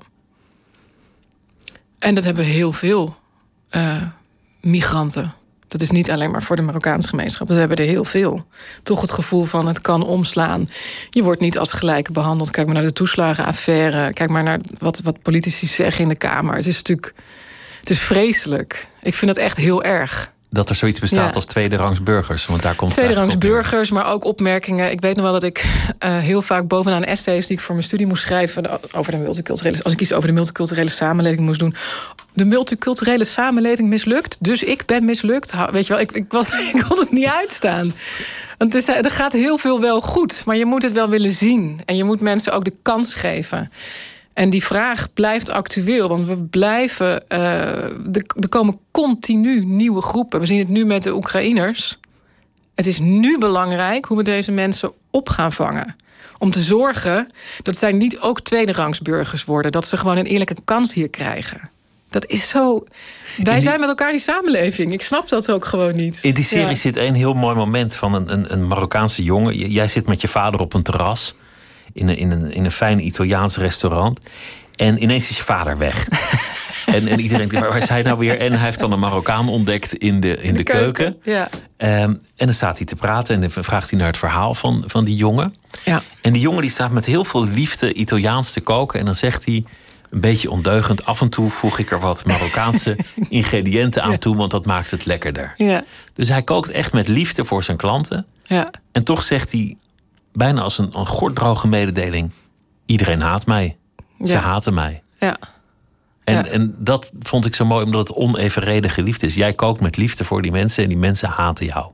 En dat hebben heel veel uh, migranten. Dat is niet alleen maar voor de Marokkaanse gemeenschap. Dat hebben er heel veel. Toch het gevoel van het kan omslaan. Je wordt niet als gelijke behandeld. Kijk maar naar de toeslagenaffaire. Kijk maar naar wat, wat politici zeggen in de Kamer. Het is natuurlijk... Het is vreselijk. Ik vind het echt heel erg. Dat er zoiets bestaat Ja. als tweederangs burgers. Want daar komt het Tweederangs eigenlijk op neer. burgers, maar ook opmerkingen. Ik weet nog wel dat ik uh, heel vaak bovenaan essays die ik voor mijn studie moest schrijven over de multiculturele, als ik iets over de multiculturele samenleving moest doen. De multiculturele samenleving mislukt, dus ik ben mislukt. Weet je wel, ik, ik, was, ik kon het niet uitstaan. Want het is, er gaat heel veel wel goed, maar je moet het wel willen zien. En je moet mensen ook de kans geven. En die vraag blijft actueel, want we blijven... Uh, er, er komen continu nieuwe groepen. We zien het nu met de Oekraïners. Het is nu belangrijk hoe we deze mensen op gaan vangen. Om te zorgen dat zij niet ook tweederangsburgers worden. Dat ze gewoon een eerlijke kans hier krijgen. Dat is zo... Wij die... zijn met elkaar die samenleving. Ik snap dat ook gewoon niet. In die serie Ja. zit een heel mooi moment van een, een, een Marokkaanse jongen. J- Jij zit met je vader op een terras. In een, in een, in een fijn Italiaans restaurant. En ineens is je vader weg. en, en iedereen denkt, waar is hij nou weer? En hij heeft dan een Marokkaan ontdekt in de, in de, de keuken. keuken. Ja. Um, en dan staat hij te praten en dan vraagt hij naar het verhaal van, van die jongen. Ja. En die jongen die staat met heel veel liefde Italiaans te koken. En dan zegt hij, een beetje ondeugend, af en toe voeg ik er wat Marokkaanse ingrediënten aan toe, want dat maakt het lekkerder. Ja. Dus hij kookt echt met liefde voor zijn klanten. Ja. En toch zegt hij, bijna als een, een gorddroge mededeling, iedereen haat mij. Ze Ja. haten mij. Ja. En, Ja. en dat vond ik zo mooi, omdat het onevenredige liefde is. Jij kookt met liefde voor die mensen en die mensen haten jou.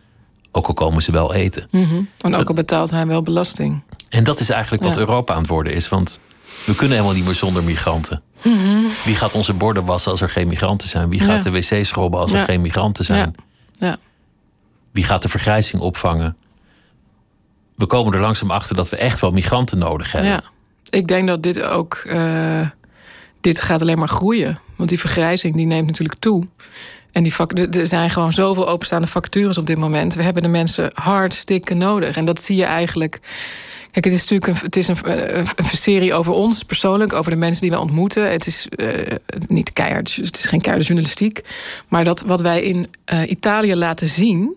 Ook al komen ze wel eten. Mm-hmm. En ook al betaalt hij wel belasting. En dat is eigenlijk wat Ja. Europa aan het worden is. Want we kunnen helemaal niet meer zonder migranten. Mm-hmm. Wie gaat onze borden wassen als er geen migranten zijn? Wie gaat Ja. de wc's schrobben als er Ja. geen migranten zijn? Ja. Ja. Wie gaat de vergrijzing opvangen? We komen er langzaam achter dat we echt wel migranten nodig hebben. Ja. Ik denk dat dit ook... Uh, dit gaat alleen maar groeien. Want die vergrijzing die neemt natuurlijk toe. En die vac- er zijn gewoon zoveel openstaande vacatures op dit moment. We hebben de mensen hartstikke nodig. En dat zie je eigenlijk... Kijk, het is natuurlijk een, het is een, een, een serie over ons persoonlijk, over de mensen die we ontmoeten. Het is uh, niet keihard, het is geen keiharde journalistiek. Maar dat wat wij in uh, Italië laten zien...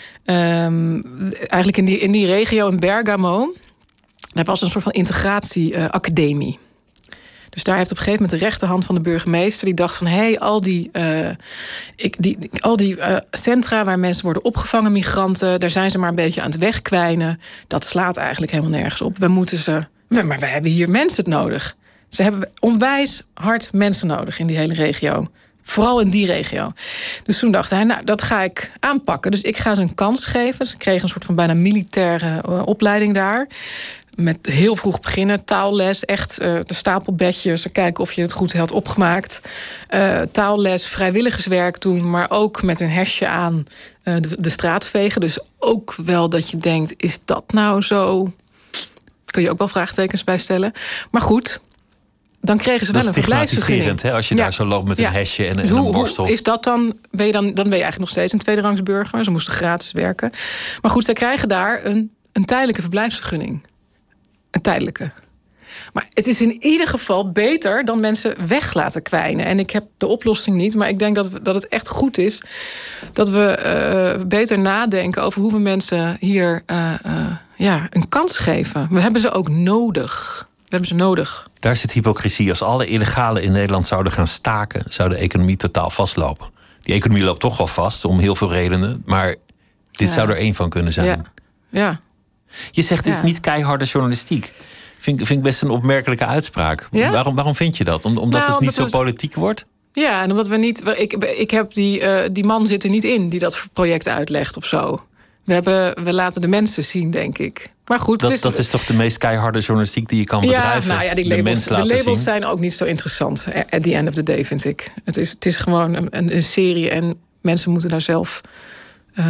Um, eigenlijk in die, in die regio, in Bergamo... daar was een soort van integratieacademie. Uh, Dus daar heeft op een gegeven moment de rechterhand van de burgemeester... die dacht van, hé, hey, al die, uh, ik, die, al die uh, centra waar mensen worden opgevangen, migranten... daar zijn ze maar een beetje aan het wegkwijnen. Dat slaat eigenlijk helemaal nergens op. We moeten ze... Maar we hebben hier mensen nodig. Ze hebben onwijs hard mensen nodig in die hele regio. Vooral in die regio. Dus toen dacht hij, nou, dat ga ik aanpakken. Dus ik ga ze een kans geven. Ze kregen een soort van bijna militaire uh, opleiding daar... Met heel vroeg beginnen, taalles, echt uh, de stapelbedjes... kijken of je het goed had opgemaakt. Uh, taalles, vrijwilligerswerk doen... maar ook met een hesje aan uh, de, de straat vegen. Dus ook wel dat je denkt, is dat nou zo? Kun je ook wel vraagtekens bij stellen. Maar goed, dan kregen ze dat wel een verblijfsvergunning. Dat is stigmatiserend, hè? Als je Ja. daar zo loopt met Ja. een hesje en, en hoe, een borstel. Hoe is dat dan? Ben je dan? Dan ben je eigenlijk nog steeds een tweederangsburger. Ze moesten gratis werken. Maar goed, zij krijgen daar een, een tijdelijke verblijfsvergunning. Een tijdelijke. Maar het is in ieder geval beter dan mensen weg laten kwijnen. En ik heb de oplossing niet, maar ik denk dat, we, dat het echt goed is... dat we uh, beter nadenken over hoe we mensen hier uh, uh, ja, een kans geven. We hebben ze ook nodig. We hebben ze nodig. Daar zit hypocrisie. Als alle illegalen in Nederland zouden gaan staken... zou de economie totaal vastlopen. Die economie loopt toch wel vast, om heel veel redenen. Maar dit Ja. zou er één van kunnen zijn. Ja. Ja. Je zegt, dit is Ja. niet keiharde journalistiek. Vind, vind ik best een opmerkelijke uitspraak. Ja? Waarom, waarom vind je dat? Om, omdat Nou, het niet omdat zo we- politiek wordt? Ja, en omdat we niet... Ik, ik heb die, uh, die man zit er niet in die dat project uitlegt of zo. We, hebben, we laten de mensen zien, denk ik. Maar goed, Dat, het is, dat is toch de meest keiharde journalistiek die je kan ja, bedrijven? nou ja, die de labels, mens de laten labels zien. zijn ook niet zo interessant. At the end of the day, vind ik. Het is, het is gewoon een, een, een serie en mensen moeten daar zelf, uh,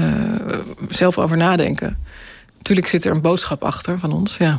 zelf over nadenken. Natuurlijk zit er een boodschap achter van ons, ja.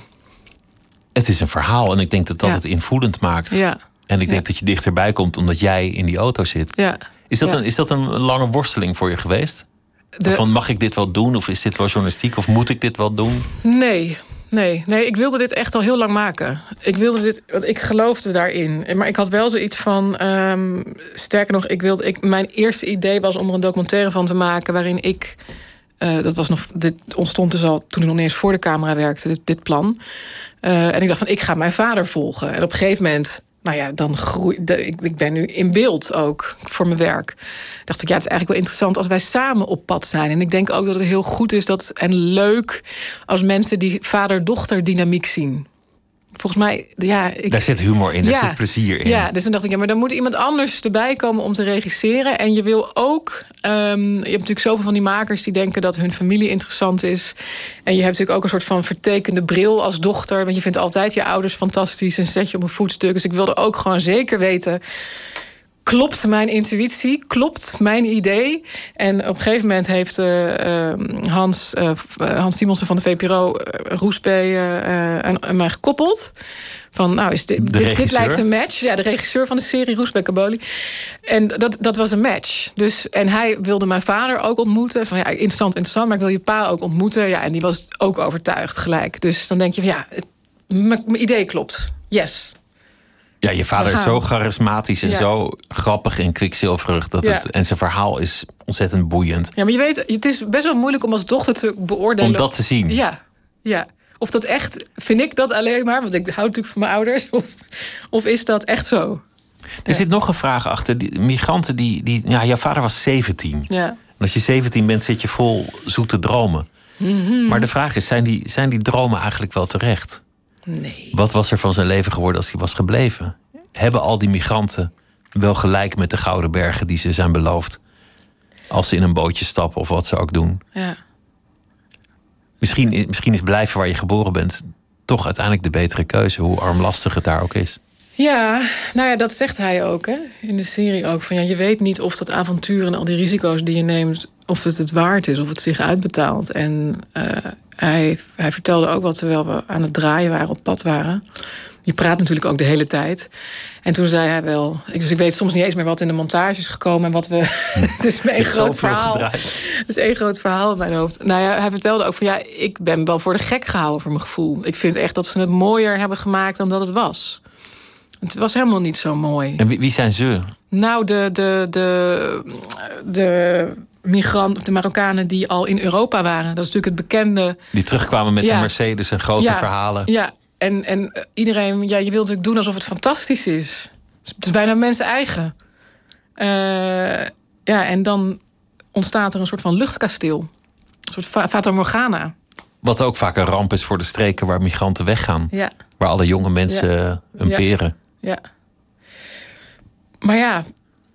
Het is een verhaal en ik denk dat dat Ja. het invoelend maakt. Ja, En ik denk Ja. dat je dichterbij komt omdat jij in die auto zit. ja. Is dat, Ja. een, is dat een lange worsteling voor je geweest? De- Van mag ik dit wel doen? Of is dit wel journalistiek? Of moet ik dit wel doen? Nee, nee, nee. Ik wilde dit echt al heel lang maken. Ik wilde dit, want ik geloofde daarin. Maar ik had wel zoiets van, um, sterker nog, ik wilde, ik, mijn eerste idee was om er een documentaire van te maken waarin ik, uh, dat was nog, dit ontstond dus al toen ik nog niet eens voor de camera werkte, dit, dit plan. Uh, en ik dacht van, ik ga mijn vader volgen. En op een gegeven moment, nou ja, dan groei, de, ik, ik ben nu in beeld ook voor mijn werk. Dacht ik, ja, het is eigenlijk wel interessant als wij samen op pad zijn. En ik denk ook dat het heel goed is dat, en leuk als mensen die vader-dochter dynamiek zien. Volgens mij, ja... Ik, daar zit humor in, ja, daar zit plezier in. Ja, dus dan dacht ik, ja, maar dan moet iemand anders erbij komen om te regisseren. En je wil ook... Um, je hebt natuurlijk zoveel van die makers die denken dat hun familie interessant is. En je hebt natuurlijk ook een soort van vertekende bril als dochter. Want je vindt altijd je ouders fantastisch en zet je op een voetstuk. Dus ik wilde ook gewoon zeker weten... Klopt mijn intuïtie? Klopt mijn idee? En op een gegeven moment heeft uh, uh, Hans, uh, Hans Simonsen van de V P R O... Uh, Roespe uh, en, en mij gekoppeld. Van, nou, is dit, dit, dit lijkt een match. Ja, de regisseur van de serie, Roespe Kaboli. En dat, dat was een match. Dus, en hij wilde mijn vader ook ontmoeten. Van, ja, interessant, interessant, maar ik wil je pa ook ontmoeten. Ja, en die was ook overtuigd gelijk. Dus dan denk je van, ja, mijn idee klopt. Yes. Ja, je vader is zo charismatisch en ja. zo grappig en kwikzilverig. Dat ja. het, en zijn verhaal is ontzettend boeiend. Ja, maar je weet, het is best wel moeilijk om als dochter te beoordelen. Om dat te zien. Ja, ja. Of dat echt, vind ik dat alleen maar, want ik hou natuurlijk van mijn ouders. Of, of is dat echt zo? Er ja. zit nog een vraag achter. Die migranten, die, die, ja, jouw vader was zeventien. Ja. En als je zeventien bent, zit je vol zoete dromen. Mm-hmm. Maar de vraag is, zijn die, zijn die dromen eigenlijk wel terecht? Nee. Wat was er van zijn leven geworden als hij was gebleven? Hebben al die migranten wel gelijk met de gouden bergen die ze zijn beloofd? Als ze in een bootje stappen of wat ze ook doen. Ja. Misschien, misschien is blijven waar je geboren bent toch uiteindelijk de betere keuze. Hoe armlastig het daar ook is. Ja, nou ja, dat zegt hij ook, hè? In de serie ook. Van, ja, je weet niet of dat avontuur en al die risico's die je neemt... of het het waard is, of het zich uitbetaalt. En uh, hij, hij vertelde ook wat terwijl we aan het draaien waren, op pad waren... Je praat natuurlijk ook de hele tijd. En toen zei hij wel... Dus ik weet soms niet eens meer wat in de montage is gekomen... en wat we... Het is één groot verhaal. Het is één groot verhaal in mijn hoofd. Nou ja, hij vertelde ook van... ja, ik ben wel voor de gek gehouden voor mijn gevoel. Ik vind echt dat ze het mooier hebben gemaakt dan dat het was. Het was helemaal niet zo mooi. En wie, wie zijn ze? Nou, de... de, de, de migranten, de Marokkanen die al in Europa waren. Dat is natuurlijk het bekende... Die terugkwamen met ja. de Mercedes en grote ja, verhalen. Ja, En, en iedereen, ja, je wilt natuurlijk doen alsof het fantastisch is. Het is bijna mensen eigen. Uh, ja, en dan ontstaat er een soort van luchtkasteel. Een soort Fata Morgana. Wat ook vaak een ramp is voor de streken waar migranten weggaan. Ja. Waar alle jonge mensen ja. hun ja. peren. Ja. Maar ja...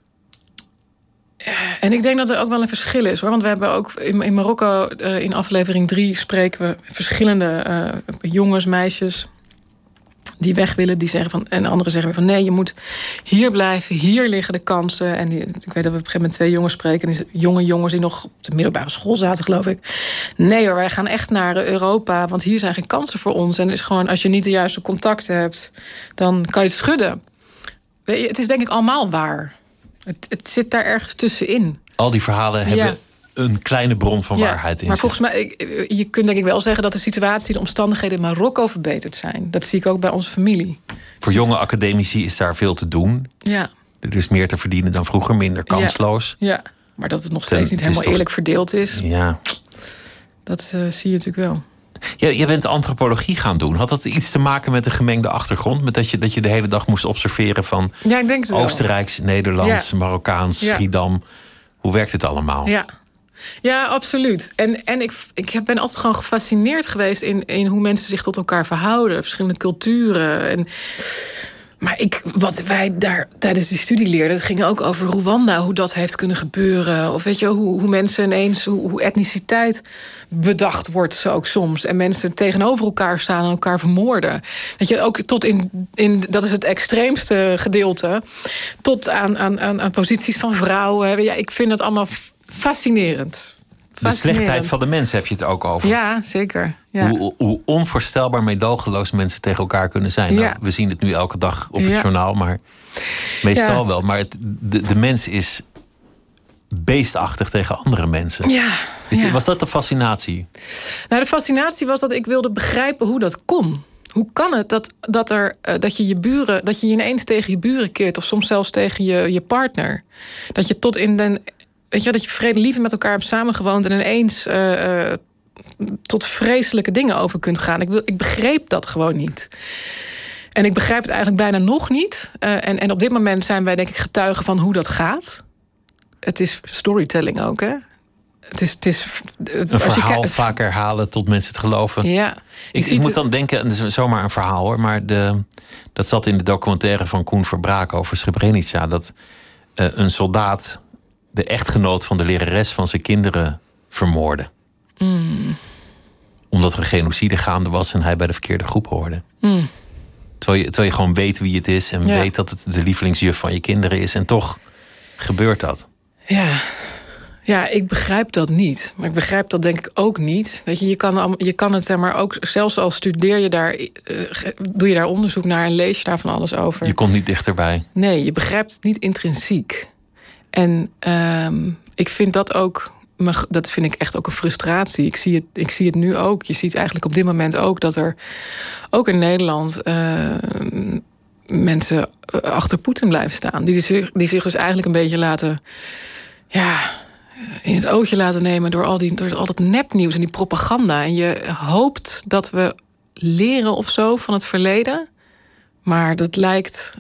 En ik denk dat er ook wel een verschil is, hoor. Want we hebben ook in, in Marokko, uh, in aflevering drie... spreken we verschillende uh, jongens, meisjes... die weg willen, die zeggen van... en anderen zeggen weer van, nee, je moet hier blijven. Hier liggen de kansen. En die, ik weet dat we op een gegeven moment twee jongens spreken... die jonge jongens die nog op de middelbare school zaten, geloof ik. Nee hoor, wij gaan echt naar Europa... want hier zijn geen kansen voor ons. En het is gewoon, als je niet de juiste contacten hebt... dan kan je het schudden. Weet je, het is denk ik allemaal waar... Het, het zit daar ergens tussenin. Al die verhalen hebben ja. een kleine bron van ja, waarheid in maar zich. volgens mij, ik, je kunt denk ik wel zeggen... dat de situatie, de omstandigheden in Marokko verbeterd zijn. Dat zie ik ook bij onze familie. Voor jonge academici is daar veel te doen. Ja. Er is meer te verdienen dan vroeger, minder kansloos. Ja, ja. Maar dat het nog steeds niet helemaal toch... eerlijk verdeeld is... Ja. dat uh, zie je natuurlijk wel. Ja, jij bent antropologie gaan doen. Had dat iets te maken met een gemengde achtergrond? Met dat je, dat je de hele dag moest observeren van... Ja, ik denk het wel. Oostenrijks, Nederlands, ja. Marokkaans, ja. Schiedam. Hoe werkt het allemaal? Ja, ja absoluut. En, en ik, ik ben altijd gewoon gefascineerd geweest... In, in hoe mensen zich tot elkaar verhouden. Verschillende culturen. En... Maar ik, wat wij daar tijdens die studie leerden... het ging ook over Rwanda, hoe dat heeft kunnen gebeuren. Of weet je, hoe, hoe mensen ineens... Hoe, hoe etniciteit bedacht wordt zo ook soms. En mensen tegenover elkaar staan en elkaar vermoorden. Weet je, ook tot in... in dat is het extreemste gedeelte. Tot aan, aan, aan, aan posities van vrouwen. Ja, ik vind het allemaal fascinerend. De slechtheid van de mensen heb je het ook over. Ja, zeker. Ja. Hoe, hoe onvoorstelbaar meedogenloos mensen tegen elkaar kunnen zijn. Ja. Nou, we zien het nu elke dag op het ja. journaal, maar meestal ja. wel. Maar het, de, de mens is beestachtig tegen andere mensen. Ja, Is, ja. Was dat de fascinatie? Nou, de fascinatie was dat ik wilde begrijpen hoe dat kon. Hoe kan het dat, dat, er, uh, dat je je buren, dat je je ineens tegen je buren keert, of soms zelfs tegen je, je partner? Dat je tot in den. Weet je, dat je vredelievend met elkaar hebt samengewoond en ineens uh, uh, tot vreselijke dingen over kunt gaan. Ik, wil, ik begreep dat gewoon niet. En ik begrijp het eigenlijk bijna nog niet. Uh, en, en op dit moment zijn wij denk ik getuigen van hoe dat gaat. Het is storytelling ook, hè? Het is, het is, Een als verhaal je, vaak herhalen tot mensen het geloven. Ja. Ik, ik ik moet het, dan denken, het is zomaar een verhaal hoor, maar de, dat zat in de documentaire van Koen Verbraak over Srebrenica. Dat uh, een soldaat de echtgenoot van de lerares van zijn kinderen vermoordde. Mm. Omdat er een genocide gaande was en hij bij de verkeerde groep hoorde. Mm. Terwijl, je, terwijl je gewoon weet wie het is en ja. weet dat het de lievelingsjuf van je kinderen is. En toch gebeurt dat. Ja. Ja, ik begrijp dat niet. Maar ik begrijp dat denk ik ook niet. Weet je, je kan, je kan het zeg maar ook, zelfs al studeer je daar, uh, doe je daar onderzoek naar en lees je daar van alles over. Je komt niet dichterbij. Nee, je begrijpt het niet intrinsiek. En um, ik vind dat ook, dat vind ik echt ook een frustratie. Ik zie het, ik zie het nu ook. Je ziet eigenlijk op dit moment ook dat er ook in Nederland Uh, mensen achter Poetin blijven staan. Die zich, die zich dus eigenlijk een beetje laten, ja, in het ootje laten nemen door al, die, door al dat nepnieuws en die propaganda. En je hoopt dat we leren of zo van het verleden. Maar dat lijkt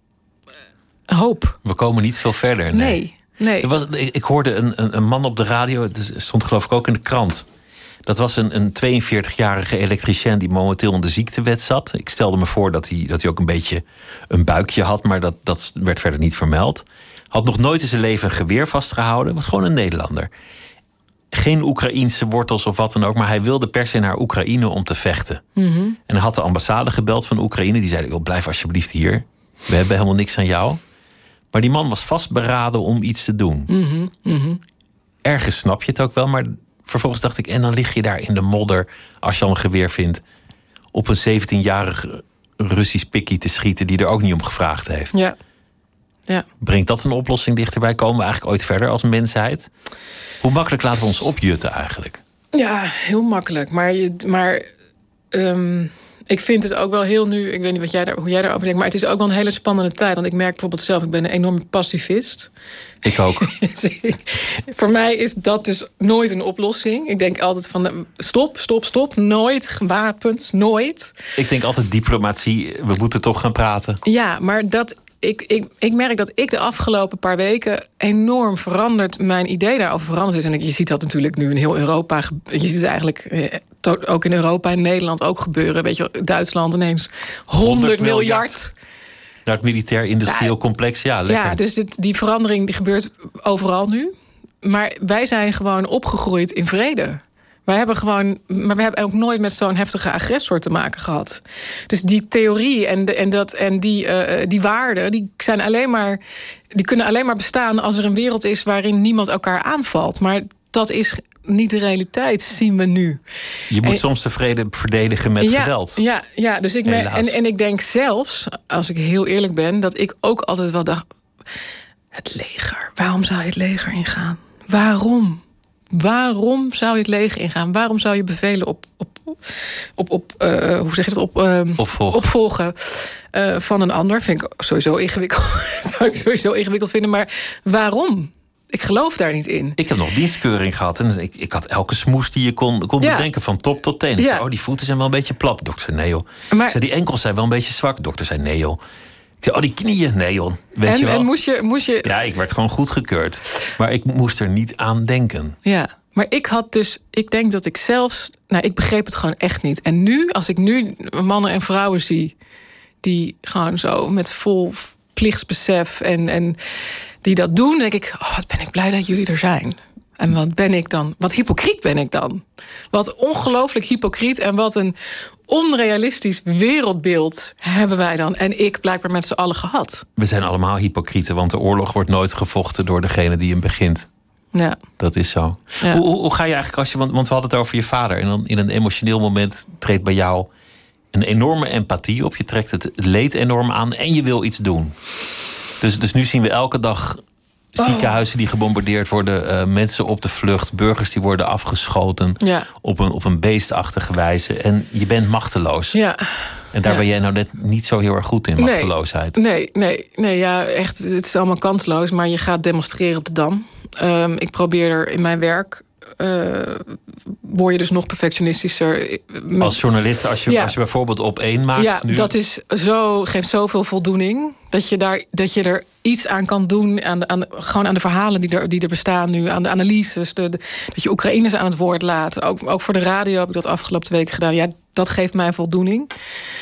hoop. We komen niet veel verder. Nee. Nee, nee. Er was, ik hoorde een, een, een man op de radio, het stond geloof ik ook in de krant. Dat was een, een tweeënveertigjarige elektricien die momenteel in de ziektewet zat. Ik stelde me voor dat hij, dat hij ook een beetje een buikje had, maar dat, dat werd verder niet vermeld. Had nog nooit in zijn leven een geweer vastgehouden. Was gewoon een Nederlander. Geen Oekraïense wortels of wat dan ook, maar hij wilde per se naar Oekraïne om te vechten. Mm-hmm. En hij had de ambassade gebeld van Oekraïne. Die zeiden, blijf alsjeblieft hier. We hebben helemaal niks aan jou. Maar die man was vastberaden om iets te doen. Mm-hmm. Mm-hmm. Ergens snap je het ook wel, maar vervolgens dacht ik, en dan lig je daar in de modder, als je al een geweer vindt, op een zeventienjarig Russisch pikkie te schieten die er ook niet om gevraagd heeft. Ja. Ja. Brengt dat een oplossing dichterbij? Komen we eigenlijk ooit verder als mensheid? Hoe makkelijk laten we ons opjutten eigenlijk? Ja, heel makkelijk. Maar, je, maar um, ik vind het ook wel heel nu, ik weet niet wat jij daar, hoe jij daarover denkt, maar het is ook wel een hele spannende tijd. Want ik merk bijvoorbeeld zelf, ik ben een enorme pacifist. Ik ook. Voor mij is dat dus nooit een oplossing. Ik denk altijd van stop, stop, stop. Nooit gewapend, nooit. Ik denk altijd diplomatie, we moeten toch gaan praten. Ja, maar dat, ik, ik, ik merk dat ik de afgelopen paar weken enorm veranderd, mijn idee daarover veranderd is. En je ziet dat natuurlijk nu in heel Europa. Je ziet het eigenlijk ook in Europa en Nederland ook gebeuren. Weet je, Duitsland ineens honderd miljard. Naar het militair-industrieel ja, complex, ja, lekker. Ja, dus dit, die verandering die gebeurt overal nu. Maar wij zijn gewoon opgegroeid in vrede. Wij hebben gewoon, maar we hebben ook nooit met zo'n heftige agressor te maken gehad. Dus die theorie en, de, en, dat, en die, uh, die waarden, die zijn alleen maar, die kunnen alleen maar bestaan als er een wereld is waarin niemand elkaar aanvalt. Maar dat is niet de realiteit, zien we nu. Je moet en, soms de vrede verdedigen met ja, geweld. Ja, ja dus ik me, en, en ik denk zelfs, als ik heel eerlijk ben, dat ik ook altijd wel dacht, het leger, waarom zou je het leger ingaan? Waarom? Waarom zou je het leger ingaan? Waarom zou je bevelen op, op, op, op uh, hoe zeg je dat, op, uh, opvolgen, opvolgen uh, van een ander? Vind ik sowieso ingewikkeld. Zou ik sowieso ingewikkeld vinden. Maar waarom? Ik geloof daar niet in. Ik heb nog dienstkeuring gehad. En ik, ik had elke smoes die je kon, kon ja. bedenken. Van top tot teen. Ik ja. zei, oh, die voeten zijn wel een beetje plat. Dokter zei, nee joh. Maar, ik zei, die enkels zijn wel een beetje zwak. Dokter zei, nee joh. Ik zei, oh, die knieën. Nee joh. Weet en, je wel? En moest je, moest je... Ja, ik werd gewoon goedgekeurd. Maar ik moest er niet aan denken. Ja, maar ik had dus... Ik denk dat ik zelfs... Nou, ik begreep het gewoon echt niet. En nu, als ik nu mannen en vrouwen zie... die gewoon zo met vol plichtsbesef en... en die dat doen, denk ik, oh, wat ben ik blij dat jullie er zijn. En wat ben ik dan? Wat hypocriet ben ik dan? Wat ongelooflijk hypocriet en wat een onrealistisch wereldbeeld hebben wij dan. En ik blijkbaar met z'n allen gehad. We zijn allemaal hypocrieten, want de oorlog wordt nooit gevochten door degene die hem begint. Ja. Dat is zo. Ja. Hoe, hoe, hoe ga je eigenlijk als je, want, want we hadden het over je vader. En dan in een emotioneel moment treedt bij jou een enorme empathie op. Je trekt het leed enorm aan en je wil iets doen. Dus, dus nu zien we elke dag Ziekenhuizen die gebombardeerd worden, uh, mensen op de vlucht, burgers die worden afgeschoten ja. op een, op een beestachtige wijze. En je bent machteloos. Ja. En daar ja. ben jij nou net niet zo heel erg goed in, machteloosheid. Nee, nee, nee, nee ja, echt, het is allemaal kansloos. Maar je gaat demonstreren op de Dam. Um, ik probeer er in mijn werk... Uh, word je dus nog perfectionistischer. Met... Als journalist, als je, ja. als je bijvoorbeeld op één maakt... Ja, nu... dat is zo, geeft zoveel voldoening. Dat je, daar, dat je er iets aan kan doen. Aan de, aan de, gewoon aan de verhalen die er, die er bestaan nu. Aan de analyses. De, de, dat je Oekraïners aan het woord laat. Ook, ook voor de radio heb ik dat afgelopen weken gedaan. Ja, dat geeft mij voldoening.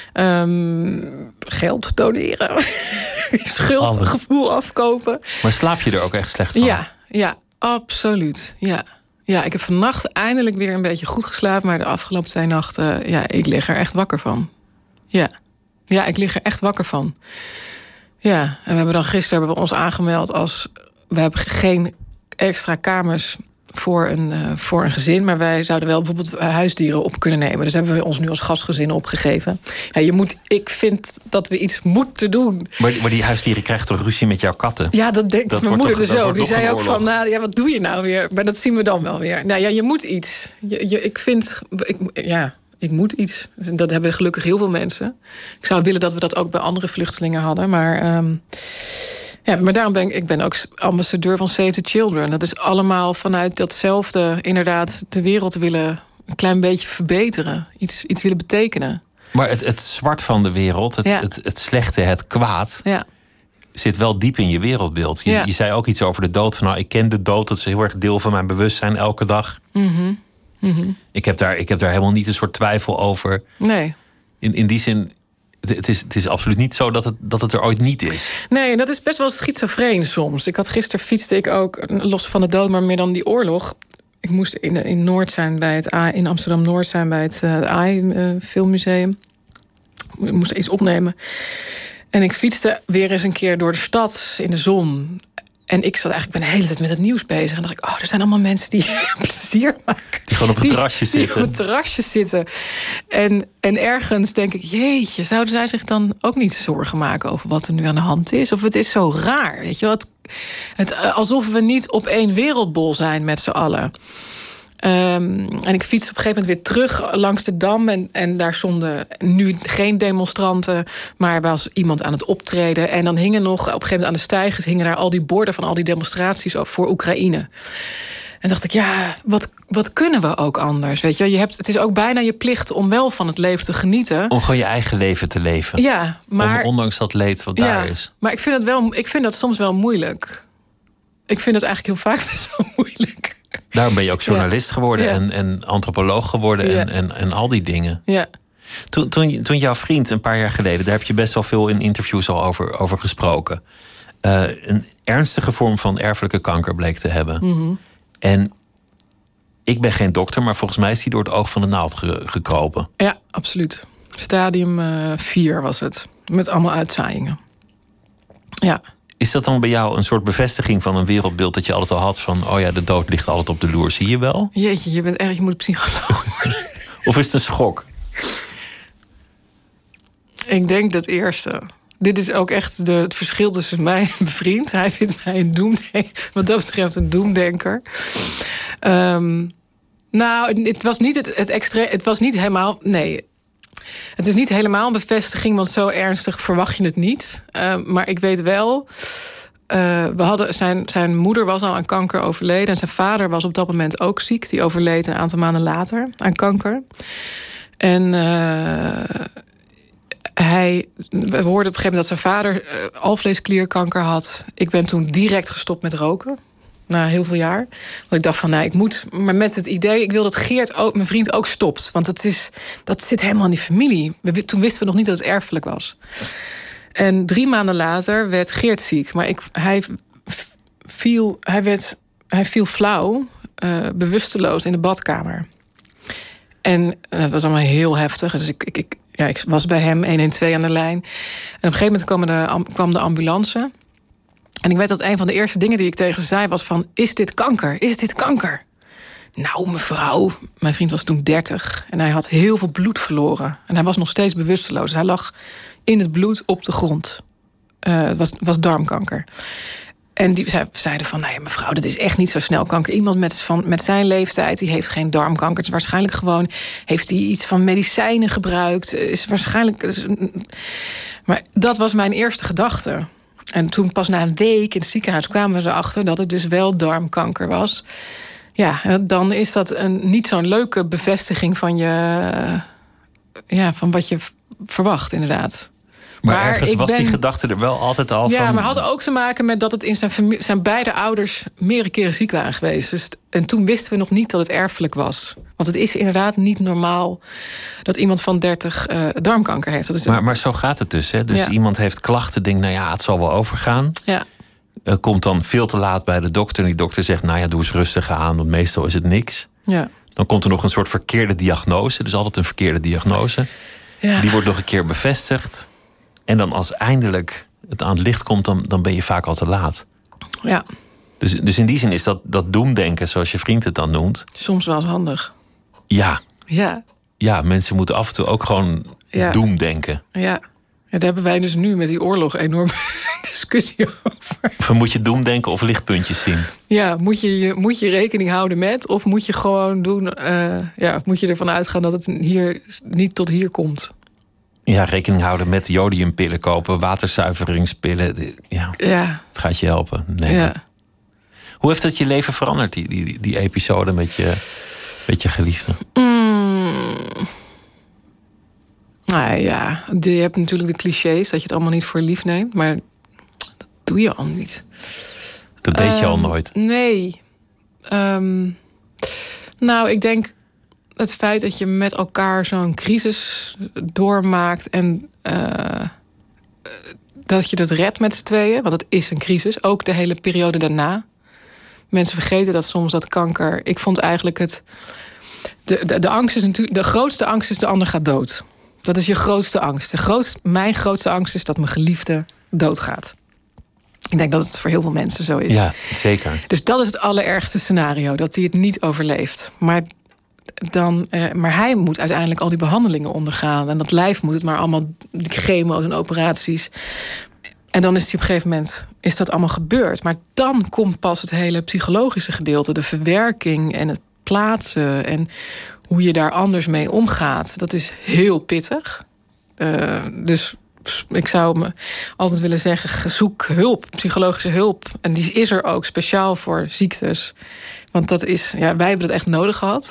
Um, geld doneren. Schuldgevoel afkopen. Maar slaap je er ook echt slecht van? Ja, ja, absoluut. Ja. Ja, ik heb vannacht eindelijk weer een beetje goed geslapen... maar de afgelopen twee nachten, ja, ik lig er echt wakker van. Ja, ja ik lig er echt wakker van. Ja, en we hebben dan gisteren hebben we ons aangemeld als... we hebben geen extra kamers voor een, uh, voor een gezin... maar wij zouden wel bijvoorbeeld huisdieren op kunnen nemen. Dus hebben we ons nu als gastgezin opgegeven. Ja, je moet, ik vind dat we iets moeten doen. Maar, maar die huisdieren krijgen toch ruzie met jouw katten? Ja, dat denkt dat mijn moeder toch, dus ook. Die zei ook oorlog. van, nou ja, wat doe je nou weer? Maar dat zien we dan wel weer. Nou ja, je moet iets. Je, je, ik vind, ik, ja... Ik moet iets. Dat hebben gelukkig heel veel mensen. Ik zou willen dat we dat ook bij andere vluchtelingen hadden. Maar, um, ja, maar daarom ben ik, ik ben ook ambassadeur van Save the Children. Dat is allemaal vanuit datzelfde, inderdaad, de wereld willen een klein beetje verbeteren. Iets, iets willen betekenen. Maar het, het zwart van de wereld, het, ja. het, het slechte, het kwaad... Ja. zit wel diep in je wereldbeeld. Je, ja. je zei ook iets over de dood. Van, nou, ik ken de dood, dat is heel erg deel van mijn bewustzijn elke dag. Mm-hmm. Mm-hmm. Ik, heb daar, ik heb daar helemaal niet een soort twijfel over. Nee. In, in die zin, het is, het is absoluut niet zo dat het, dat het er ooit niet is. Nee, en dat is best wel schizofreen soms. Ik had gisteren fietste ik ook, los van de dood, maar meer dan die oorlog. Ik moest in, in Noord zijn bij het A I, in Amsterdam-Noord zijn bij het, uh, het A I uh, Filmmuseum. Ik moest iets opnemen. En ik fietste weer eens een keer door de stad in de zon. En ik zat eigenlijk, ik ben de hele tijd met het nieuws bezig. En dacht ik, oh, er zijn allemaal mensen die plezier maken. Die gewoon op het terrasje die, zitten. Die op het terrasje zitten. En, en ergens denk ik, jeetje, zouden zij zich dan ook niet zorgen maken over wat er nu aan de hand is? Of het is zo raar, weet je wel? Het, het, alsof we niet op één wereldbol zijn met z'n allen. Um, en ik fiets op een gegeven moment weer terug langs de Dam. En, en daar stonden nu geen demonstranten, maar was iemand aan het optreden. En dan hingen nog, op een gegeven moment aan de steigers... hingen daar al die borden van al die demonstraties voor Oekraïne. En dacht ik, ja, wat, wat kunnen we ook anders? Weet je? Je hebt, het is ook bijna je plicht om wel van het leven te genieten. Om gewoon je eigen leven te leven. Ja, maar... Om, ondanks dat leed wat ja, daar is. Maar ik vind, het wel, ik vind dat soms wel moeilijk. Ik vind het eigenlijk heel vaak best wel moeilijk. Daarom ben je ook journalist ja. geworden ja. en, en antropoloog geworden ja. en, en, en al die dingen. Ja. Toen, toen, toen jouw vriend een paar jaar geleden, daar heb je best wel veel in interviews al over, over gesproken. Uh, een ernstige vorm van erfelijke kanker bleek te hebben. Mm-hmm. En ik ben geen dokter, maar volgens mij is hij door het oog van de naald ge- gekropen. Ja, absoluut. Stadium vier uh, was het. Met allemaal uitzaaiingen. Ja. Is dat dan bij jou een soort bevestiging van een wereldbeeld dat je altijd al had van, oh ja, de dood ligt altijd op de loer, zie je wel? Jeetje, je bent erg, je moet psycholoog worden. Of is het een schok? Ik denk dat eerste. Dit is ook echt de, het verschil tussen mij en mijn vriend. Hij vindt mij een doemdenker, wat dat betreft een doemdenker. Um, nou, het was niet het, het extra, het was niet helemaal, nee. Het is niet helemaal een bevestiging, want zo ernstig verwacht je het niet. Uh, maar ik weet wel, uh, we hadden, zijn, zijn moeder was al aan kanker overleden. En zijn vader was op dat moment ook ziek. Die overleed een aantal maanden later aan kanker. En uh, hij, we hoorden op een gegeven moment dat zijn vader uh, alvleesklierkanker had. Ik ben toen direct gestopt met roken. Na heel veel jaar. Want ik dacht van, nou, ik moet... Maar met het idee, ik wil dat Geert, ook, mijn vriend, ook stopt. Want het is, dat zit helemaal in die familie. We, toen wisten we nog niet dat het erfelijk was. En drie maanden later werd Geert ziek. Maar ik, hij, viel, hij, werd, hij viel flauw, uh, bewusteloos in de badkamer. En uh, dat was allemaal heel heftig. Dus ik, ik, ik, ja, ik was bij hem honderdtwaalf aan de lijn. En op een gegeven moment kwam de, kwam de ambulance... En ik weet dat een van de eerste dingen die ik tegen ze zei was van... is dit kanker? Is dit kanker? Nou, mevrouw, mijn vriend was toen dertig... en hij had heel veel bloed verloren. En hij was nog steeds bewusteloos. Dus hij lag in het bloed op de grond. Uh, het was, was darmkanker. En die zeiden van, nee mevrouw, dat is echt niet zo snel kanker. Iemand met, van, met zijn leeftijd, die heeft geen darmkanker. Het is waarschijnlijk gewoon, heeft hij iets van medicijnen gebruikt. Is waarschijnlijk... Is, maar dat was mijn eerste gedachte. En toen pas na een week in het ziekenhuis kwamen we erachter dat het dus wel darmkanker was. Ja, dan is dat een niet zo'n leuke bevestiging van je, ja, van wat je verwacht, inderdaad. Maar, maar ergens was ben, die gedachte er wel altijd al ja, van... Ja, maar had ook te maken met dat het in zijn, familie, zijn beide ouders meerdere keren ziek waren geweest. Dus, en toen wisten we nog niet dat het erfelijk was. Want het is inderdaad niet normaal dat iemand van dertig uh, darmkanker heeft. Dat is maar, maar zo gaat het dus. Hè? Dus ja. Iemand heeft klachten, denkt, nou ja, het zal wel overgaan. Ja. Uh, komt dan veel te laat bij de dokter. En die dokter zegt, nou ja, doe eens rustig aan, want meestal is het niks. Ja. Dan komt er nog een soort verkeerde diagnose. Dus altijd een verkeerde diagnose. Ja. Die wordt nog een keer bevestigd. En dan als eindelijk het aan het licht komt, dan, dan ben je vaak al te laat. Ja. Dus, dus in die zin is dat, dat doemdenken, zoals je vriend het dan noemt... soms wel eens handig. Ja. Ja. Ja, mensen moeten af en toe ook gewoon ja. doemdenken. Ja. Ja, daar hebben wij dus nu met die oorlog enorm discussie over. Of moet je doemdenken of lichtpuntjes zien? Ja, moet je, moet je rekening houden met... of moet je gewoon doen... Uh, ja, of moet je ervan uitgaan dat het hier niet tot hier komt... Ja, rekening houden met jodiumpillen kopen, waterzuiveringspillen. Ja, ja. Het gaat je helpen. Nee. Ja. Hoe heeft dat je leven veranderd, die, die, die episode met je, met je geliefde? Mm. Nou ja, je hebt natuurlijk de clichés dat je het allemaal niet voor lief neemt, maar dat doe je al niet. Dat deed um, je al nooit? Nee. Um, nou, ik denk... Het feit dat je met elkaar zo'n crisis doormaakt... en uh, dat je dat redt met z'n tweeën, want het is een crisis. Ook de hele periode daarna. Mensen vergeten dat soms, dat kanker... Ik vond eigenlijk het... De, de, de, angst is natuurlijk, de grootste angst is de ander gaat dood. Dat is je grootste angst. De grootste, mijn grootste angst is dat mijn geliefde doodgaat. Ik denk dat het voor heel veel mensen zo is. Ja, zeker. Dus dat is het allerergste scenario, dat hij het niet overleeft. Maar... Dan, eh, maar hij moet uiteindelijk al die behandelingen ondergaan. En dat lijf moet het maar allemaal, die chemo's en operaties. En dan is hij op een gegeven moment, is dat allemaal gebeurd. Maar dan komt pas het hele psychologische gedeelte. De verwerking en het plaatsen. En hoe je daar anders mee omgaat. Dat is heel pittig. Uh, dus ik zou me altijd willen zeggen, zoek hulp, psychologische hulp. En die is er ook speciaal voor ziektes. Want dat is, ja, wij hebben dat echt nodig gehad.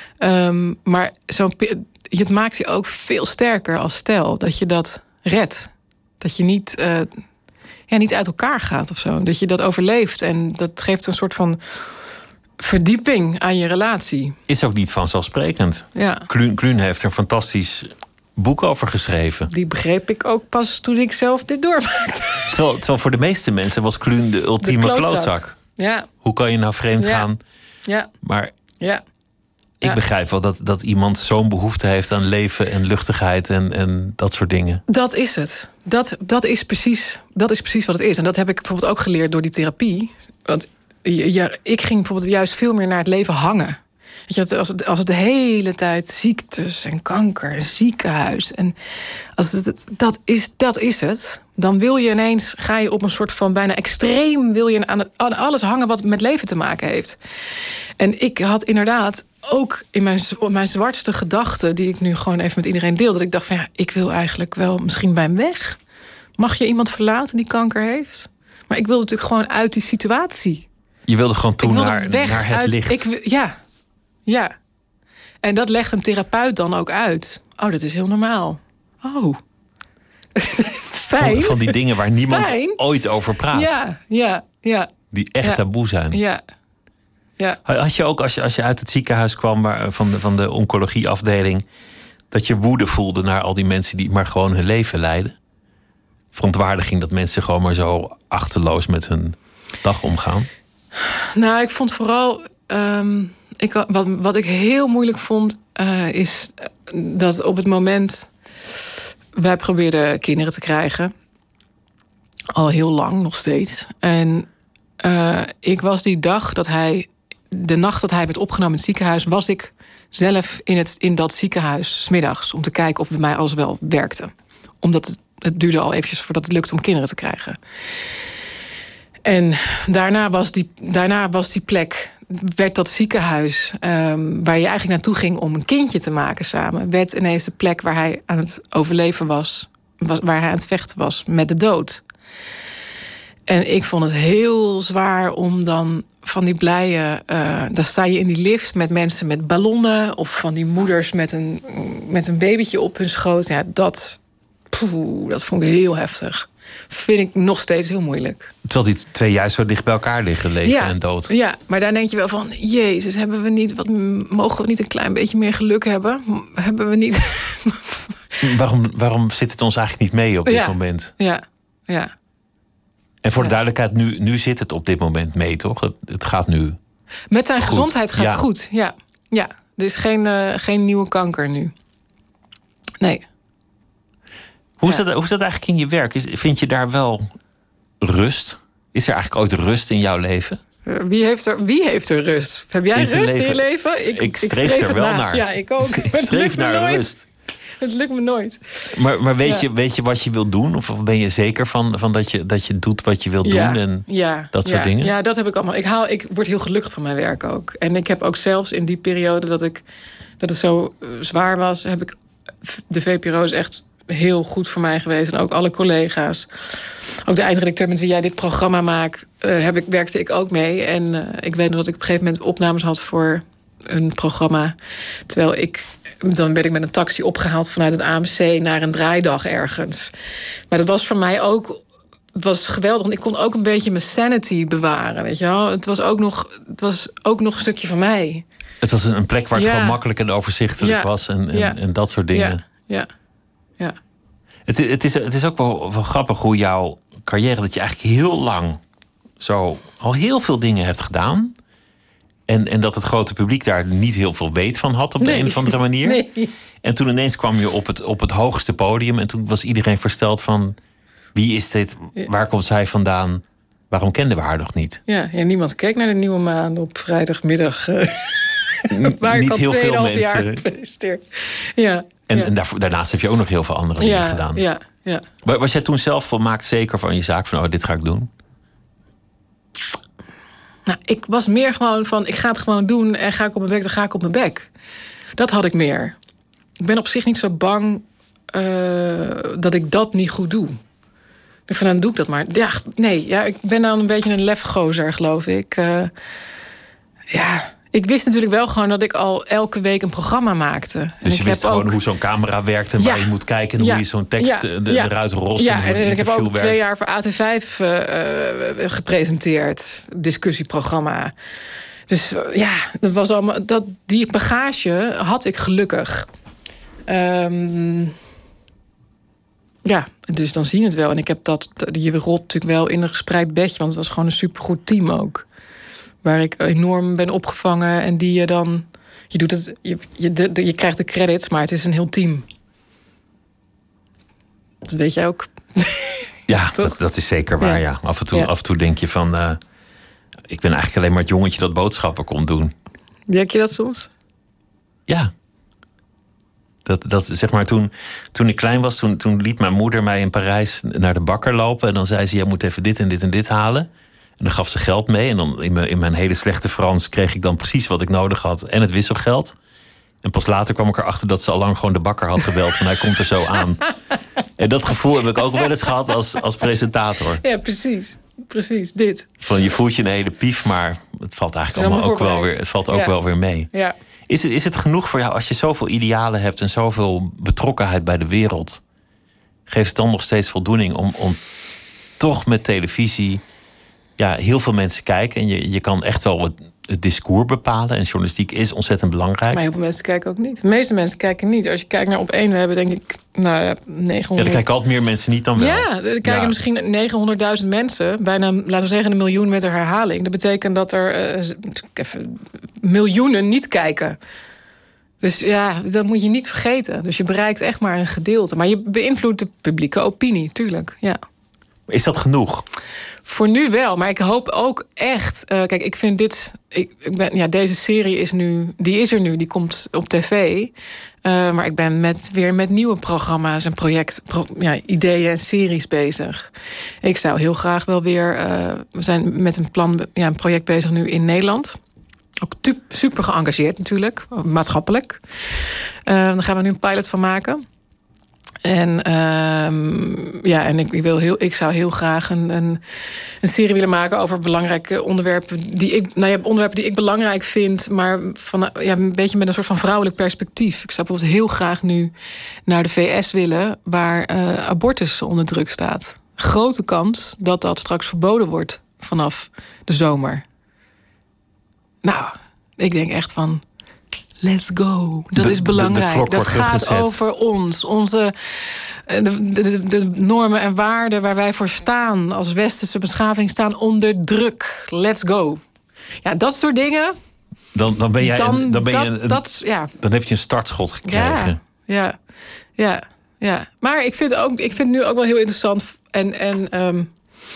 Um, maar zo'n, het maakt je ook veel sterker als stel dat je dat redt. Dat je niet, uh, ja, niet uit elkaar gaat of zo. Dat je dat overleeft. En dat geeft een soort van verdieping aan je relatie. Is ook niet vanzelfsprekend. Ja. Kluun, Kluun heeft er een fantastisch boek over geschreven. Die begreep ik ook pas toen ik zelf dit doormaakte. Terwijl, terwijl voor de meeste mensen was Kluun de ultieme de klootzak. klootzak. Ja. Hoe kan je nou vreemd ja. gaan? Ja. Maar ja. ik ja. begrijp wel dat, dat iemand zo'n behoefte heeft aan leven en luchtigheid en, en dat soort dingen. Dat is het. Dat, dat, is precies, dat is precies wat het is. En dat heb ik bijvoorbeeld ook geleerd door die therapie. Want ja, ik ging bijvoorbeeld juist veel meer naar het leven hangen. Weet je, als het, als het de hele tijd ziektes en kanker en ziekenhuis. En als het, dat, is, dat is het. Dan wil je ineens, ga je op een soort van bijna extreem... wil je aan, het, aan alles hangen wat met leven te maken heeft. En ik had inderdaad ook in mijn, mijn zwartste gedachten... die ik nu gewoon even met iedereen deel... dat ik dacht van ja, ik wil eigenlijk wel misschien bij hem weg. Mag je iemand verlaten die kanker heeft? Maar ik wilde natuurlijk gewoon uit die situatie. Je wilde gewoon toe naar, weg naar het uit, licht. Ik, ja, ja. En dat legt een therapeut dan ook uit. Oh, dat is heel normaal. Oh. Fijn. Van, van die dingen waar niemand Fijn. ooit over praat. Ja, ja, ja. Die echt ja. taboe zijn. Ja. Ja. Had je ook, als je, als je uit het ziekenhuis kwam waar, van, de, van de oncologieafdeling... dat je woede voelde naar al die mensen die maar gewoon hun leven leiden? Verontwaardiging dat mensen gewoon maar zo achterloos met hun dag omgaan? Nou, ik vond vooral... Um, ik, wat, wat ik heel moeilijk vond... Uh, is dat op het moment... wij probeerden kinderen te krijgen. Al heel lang, nog steeds. En uh, ik was die dag dat hij... de nacht dat hij werd opgenomen in het ziekenhuis... was ik zelf in, het, in dat ziekenhuis 's middags... om te kijken of bij mij alles wel werkte. Omdat het, het duurde al eventjes voordat het lukte om kinderen te krijgen. En daarna was die, daarna was die plek, werd dat ziekenhuis um, waar je eigenlijk naartoe ging om een kindje te maken samen, werd ineens de plek waar hij aan het overleven was, was waar hij aan het vechten was met de dood. En ik vond het heel zwaar om dan van die blije, Uh, dan sta je in die lift met mensen met ballonnen of van die moeders met een, met een babytje op hun schoot. Ja, dat, poeh, dat vond ik heel heftig. Vind ik nog steeds heel moeilijk. Terwijl die twee juist zo dicht bij elkaar liggen, leven ja, en dood. Ja, maar daar denk je wel van, Jezus, hebben we niet, wat, mogen we niet een klein beetje meer geluk hebben? Hebben we niet... waarom, waarom zit het ons eigenlijk niet mee op dit ja, moment? Ja, ja. En voor de ja. duidelijkheid, nu, nu zit het op dit moment mee, toch? Het, het gaat nu Met zijn goed. gezondheid gaat ja. het goed, ja. Ja, er is geen, uh, geen nieuwe kanker nu. Nee. Hoe is, ja. dat, hoe is dat eigenlijk in je werk? Is, vind je daar wel rust? Is er eigenlijk ooit rust in jouw leven? Wie heeft er, wie heeft er rust? Heb jij in rust leven? in je leven? Ik, ik streef, streef er wel na. naar. Ja, ik ook. Ik streef naar nooit. rust. Het lukt me nooit. Maar, maar weet, ja. je, weet je wat je wilt doen? Of ben je zeker van, van dat, je, dat je doet wat je wilt ja. doen? En ja. dat soort ja. dingen? Ja, dat heb ik allemaal. Ik, haal, ik word heel gelukkig van mijn werk ook. En ik heb ook zelfs in die periode dat, ik, dat het zo uh, zwaar was, heb ik de V P R O is echt heel goed voor mij geweest. En ook alle collega's. Ook de eindredacteur met wie jij dit programma maakt, uh, heb ik, werkte ik ook mee. En uh, ik weet nog dat ik op een gegeven moment opnames had voor een programma. Terwijl ik, dan werd ik met een taxi opgehaald vanuit het A M C naar een draaidag ergens. Maar dat was voor mij ook, was geweldig. Want ik kon ook een beetje mijn sanity bewaren, weet je wel. Het was ook nog, het was ook nog een stukje van mij. Het was een plek waar het ja. gewoon makkelijk en overzichtelijk ja. was. En, en, ja. en dat soort dingen. Ja, ja. ja. Het, het, is, het is ook wel, wel grappig hoe jouw carrière, dat je eigenlijk heel lang zo al heel veel dingen hebt gedaan. En, en dat het grote publiek daar niet heel veel weet van had op de nee. een of andere manier. Nee. En toen ineens kwam je op het, op het hoogste podium. En toen was iedereen versteld van, wie is dit? Waar komt zij vandaan? Waarom kenden we haar nog niet? Ja, ja, niemand keek naar de Nieuwe Maan op vrijdagmiddag. Uh, waar niet ik al heel veel tweeënhalf mensen. jaar gefeliciteerd. Ja, En, ja. en daar, daarnaast heb je ook nog heel veel andere dingen ja, gedaan. Ja, ja. Was jij toen zelf volmaakt zeker van je zaak? Van, oh, dit ga ik doen? Nou, ik was meer gewoon van, ik ga het gewoon doen. En ga ik op mijn bek, dan ga ik op mijn bek. Dat had ik meer. Ik ben op zich niet zo bang uh, dat ik dat niet goed doe. Ik van, dan doe ik dat maar. Ja, nee, ja, ik ben dan een beetje een lefgozer, geloof ik. Uh, ja, ik wist natuurlijk wel gewoon dat ik al elke week een programma maakte. Dus en je ik wist heb gewoon ook... hoe zo'n camera werkt en ja. waar je moet kijken en ja. hoe je zo'n tekst ja. de, ja. eruit rost. Ja, en, hoe en het ik heb ook werkt. twee jaar voor A T vijf uh, uh, gepresenteerd. Discussieprogramma. Dus uh, ja, dat was allemaal, dat, die bagage had ik gelukkig. Um, ja, dus dan zie je het wel. En ik heb dat, je rolt natuurlijk wel in een gespreid bedje, want het was gewoon een supergoed team ook. Waar ik enorm ben opgevangen en die je dan, je doet het, je, je, de, de, je krijgt de credits, maar het is een heel team. Dat weet jij ook. Ja, dat, dat is zeker waar. Ja. Ja. Af, en toe, ja. af en toe denk je van, uh, ik ben eigenlijk alleen maar het jongetje dat boodschappen kon doen. Denk je dat soms? Ja. Dat, dat, zeg maar, toen, toen ik klein was, toen, toen liet mijn moeder mij in Parijs naar de bakker lopen. En dan zei ze, jij moet even dit en dit en dit halen. En dan gaf ze geld mee. En dan in mijn, in mijn hele slechte Frans kreeg ik dan precies wat ik nodig had. En het wisselgeld. En pas later kwam ik erachter dat ze al lang gewoon de bakker had gebeld. Van hij komt er zo aan. En dat gevoel heb ik ook wel eens gehad als, als presentator. Ja, precies. Precies, dit. Van je voelt je een hele pief, maar het valt eigenlijk allemaal ook wel weer, het valt ook ja. wel weer mee. Ja. Is het, is het genoeg voor jou als je zoveel idealen hebt en zoveel betrokkenheid bij de wereld? Geeft het dan nog steeds voldoening om, om toch met televisie, ja, heel veel mensen kijken en je, je kan echt wel het, het discours bepalen. En journalistiek is ontzettend belangrijk. Maar heel veel mensen kijken ook niet. De meeste mensen kijken niet. Als je kijkt naar Op één, we hebben denk ik nou ja, negenhonderd... Ja, er kijken altijd meer mensen niet dan wel. Ja, er kijken ja. misschien negenhonderdduizend mensen. Bijna, laten we zeggen, een miljoen met een herhaling. Dat betekent dat er uh, even, miljoenen niet kijken. Dus ja, dat moet je niet vergeten. Dus je bereikt echt maar een gedeelte. Maar je beïnvloedt de publieke opinie, tuurlijk. Ja. Is dat genoeg? Voor nu wel, maar ik hoop ook echt... Uh, kijk, ik vind dit... Ik, ik ben, ja, deze serie is nu... Die is er nu, die komt op tv. Uh, maar ik ben met, weer met nieuwe programma's en project... Pro, ja, ideeën en series bezig. Ik zou heel graag wel weer... Uh, we zijn met een plan, ja, een project bezig nu in Nederland. Ook super geëngageerd natuurlijk, maatschappelijk. Uh, daar gaan we nu een pilot van maken. En, uh, ja, en ik, wil heel, ik zou heel graag een, een, een serie willen maken over belangrijke onderwerpen die ik, nou ja, onderwerpen die ik belangrijk vind, maar van, ja, een beetje met een soort van vrouwelijk perspectief. Ik zou bijvoorbeeld heel graag nu naar de V S willen, waar uh, abortus onder druk staat. Grote kans dat dat straks verboden wordt vanaf de zomer. Nou, ik denk echt van... Let's go. Dat de, is belangrijk. De, de dat gaat gezet. Over ons. Onze de, de, de normen en waarden waar wij voor staan... als westerse beschaving staan onder druk. Let's go. Ja, dat soort dingen... Dan, dan ben jij... Dan, dan, ben dat, je een, dat, ja. dan heb je een startschot gekregen. Ja, ja, ja. ja. Maar ik vind, ook, ik vind het nu ook wel heel interessant... en, en um,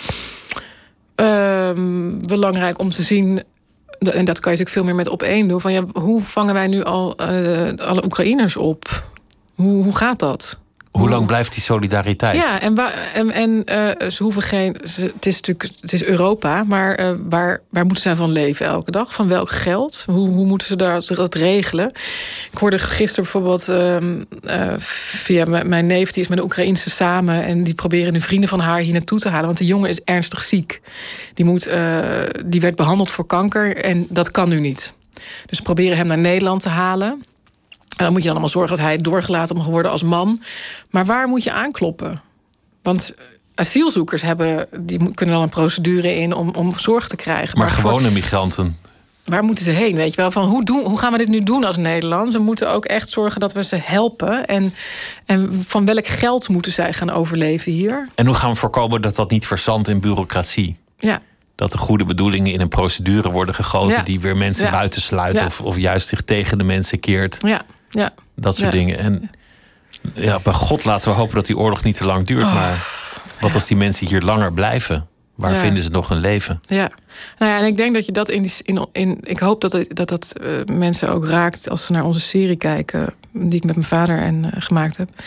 um, belangrijk om te zien... En dat kan je natuurlijk veel meer met op één doen. Van ja, hoe vangen wij nu al uh, alle Oekraïners op? Hoe, hoe gaat dat? Hoe lang blijft die solidariteit? Ja, en, wa- en, en uh, ze hoeven geen... Ze, het is natuurlijk het is Europa, maar uh, waar, waar moeten zij van leven elke dag? Van welk geld? Hoe, hoe moeten ze dat, dat regelen? Ik hoorde gisteren bijvoorbeeld uh, uh, via m- mijn neef... die is met een Oekraïense samen... en die proberen nu vrienden van haar hier naartoe te halen... want de jongen is ernstig ziek. Die, moet, uh, die werd behandeld voor kanker en dat kan nu niet. Dus ze proberen hem naar Nederland te halen... En dan moet je dan allemaal zorgen dat hij doorgelaten mag worden als man. Maar waar moet je aankloppen? Want asielzoekers hebben, die kunnen dan een procedure in om, om zorg te krijgen. Maar, maar gewone voor, migranten? Waar moeten ze heen? Weet je wel? Van hoe, doen, hoe gaan we dit nu doen als Nederland? We moeten ook echt zorgen dat we ze helpen. En, en van welk geld moeten zij gaan overleven hier? En hoe gaan we voorkomen dat dat niet verzandt in bureaucratie? Ja. Dat de goede bedoelingen in een procedure worden gegoten... Ja. die weer mensen ja. buiten sluit... Ja. Of, of juist zich tegen de mensen keert. Ja. Ja. Dat soort ja. dingen. En ja, bij God laten we hopen dat die oorlog niet te lang duurt. Oh. Maar wat als die mensen hier langer blijven? Waar ja. vinden ze nog een leven? Ja. Nou ja, en ik denk dat je dat in die... In, in, ik hoop dat het, dat, dat uh, mensen ook raakt als ze naar onze serie kijken... die ik met mijn vader en, uh, gemaakt heb.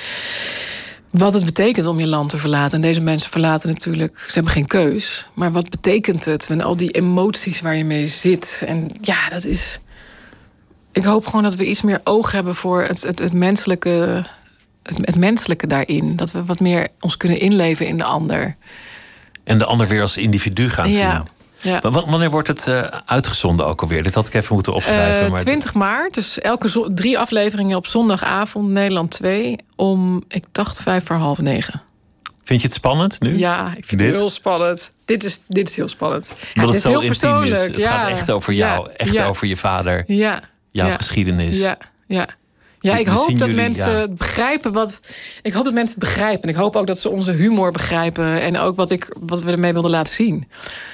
Wat het betekent om je land te verlaten. En deze mensen verlaten natuurlijk... Ze hebben geen keus. Maar wat betekent het? En al die emoties waar je mee zit. En ja, dat is... Ik hoop gewoon dat we iets meer oog hebben voor het, het, het, menselijke, het, het menselijke daarin. Dat we wat meer ons kunnen inleven in de ander. En de ander weer als individu gaan zien. Ja, ja. Maar wanneer wordt het uh, uitgezonden ook alweer? Dit had ik even moeten opschrijven. Uh, maar twintig maart, dus elke zo- drie afleveringen op zondagavond, Nederland twee... om, ik dacht, vijf voor half negen. Vind je het spannend nu? Ja, ik vind dit? het heel spannend. Dit is, dit is heel spannend. Ja, het is is heel persoonlijk. Is. Het ja. gaat echt over jou, ja. echt ja. over je vader. Ja. Jouw ja. geschiedenis. Ja, ja. Ja, ik We hoop dat jullie, mensen ja. begrijpen wat. Ik hoop dat mensen het begrijpen. En ik hoop ook dat ze onze humor begrijpen. En ook wat, ik, wat we ermee wilden laten zien.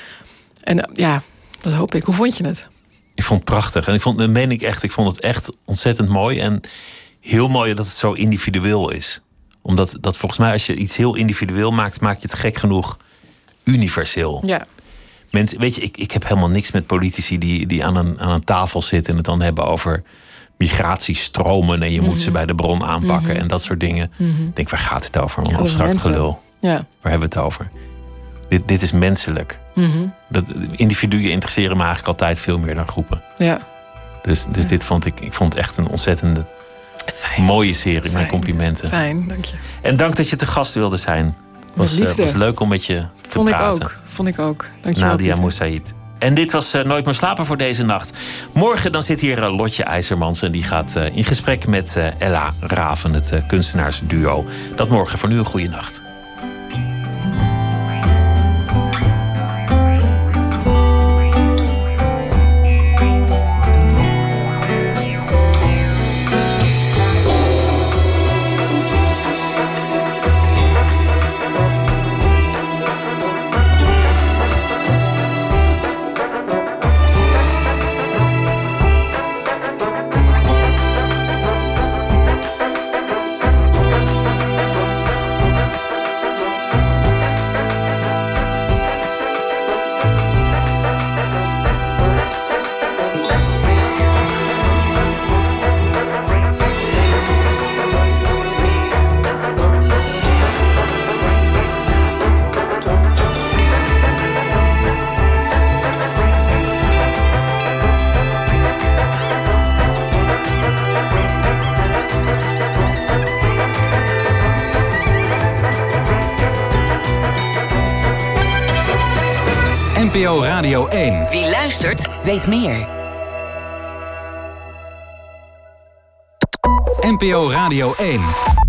En ja, dat hoop ik. Hoe vond je het? Ik vond het prachtig. En ik vond, dat meen ik echt, ik vond het echt ontzettend mooi. En heel mooi dat het zo individueel is. Omdat dat volgens mij, als je iets heel individueel maakt, maak je het gek genoeg universeel. Ja. Mensen, weet je, ik, ik heb helemaal niks met politici die, die aan, een, aan een tafel zitten en het dan hebben over migratiestromen en je mm-hmm. moet ze bij de bron aanpakken mm-hmm. en dat soort dingen. Mm-hmm. Ik denk, waar gaat het over? Een ja, abstract gelul. Ja. Waar hebben we het over? Dit, dit is menselijk. Mm-hmm. Dat, individuen interesseren me eigenlijk altijd veel meer dan groepen. Ja. Dus, dus ja. dit vond ik, ik vond het echt een ontzettende Fijn. mooie serie. Fijn. Mijn complimenten. Fijn, dank je. En dank dat je te gast wilde zijn. Het was, uh, was leuk om met je te vond praten. Ik ook. Vond ik ook. Dank je Nadia wel, Moussaïd. En dit was uh, Nooit meer slapen voor deze nacht. Morgen dan zit hier uh, Lotje IJzermans. En die gaat uh, in gesprek met uh, Ella Raven, het uh, kunstenaarsduo. Dat morgen. Voor nu een goede nacht. P O Radio één. Wie luistert, weet meer. N P O Radio één.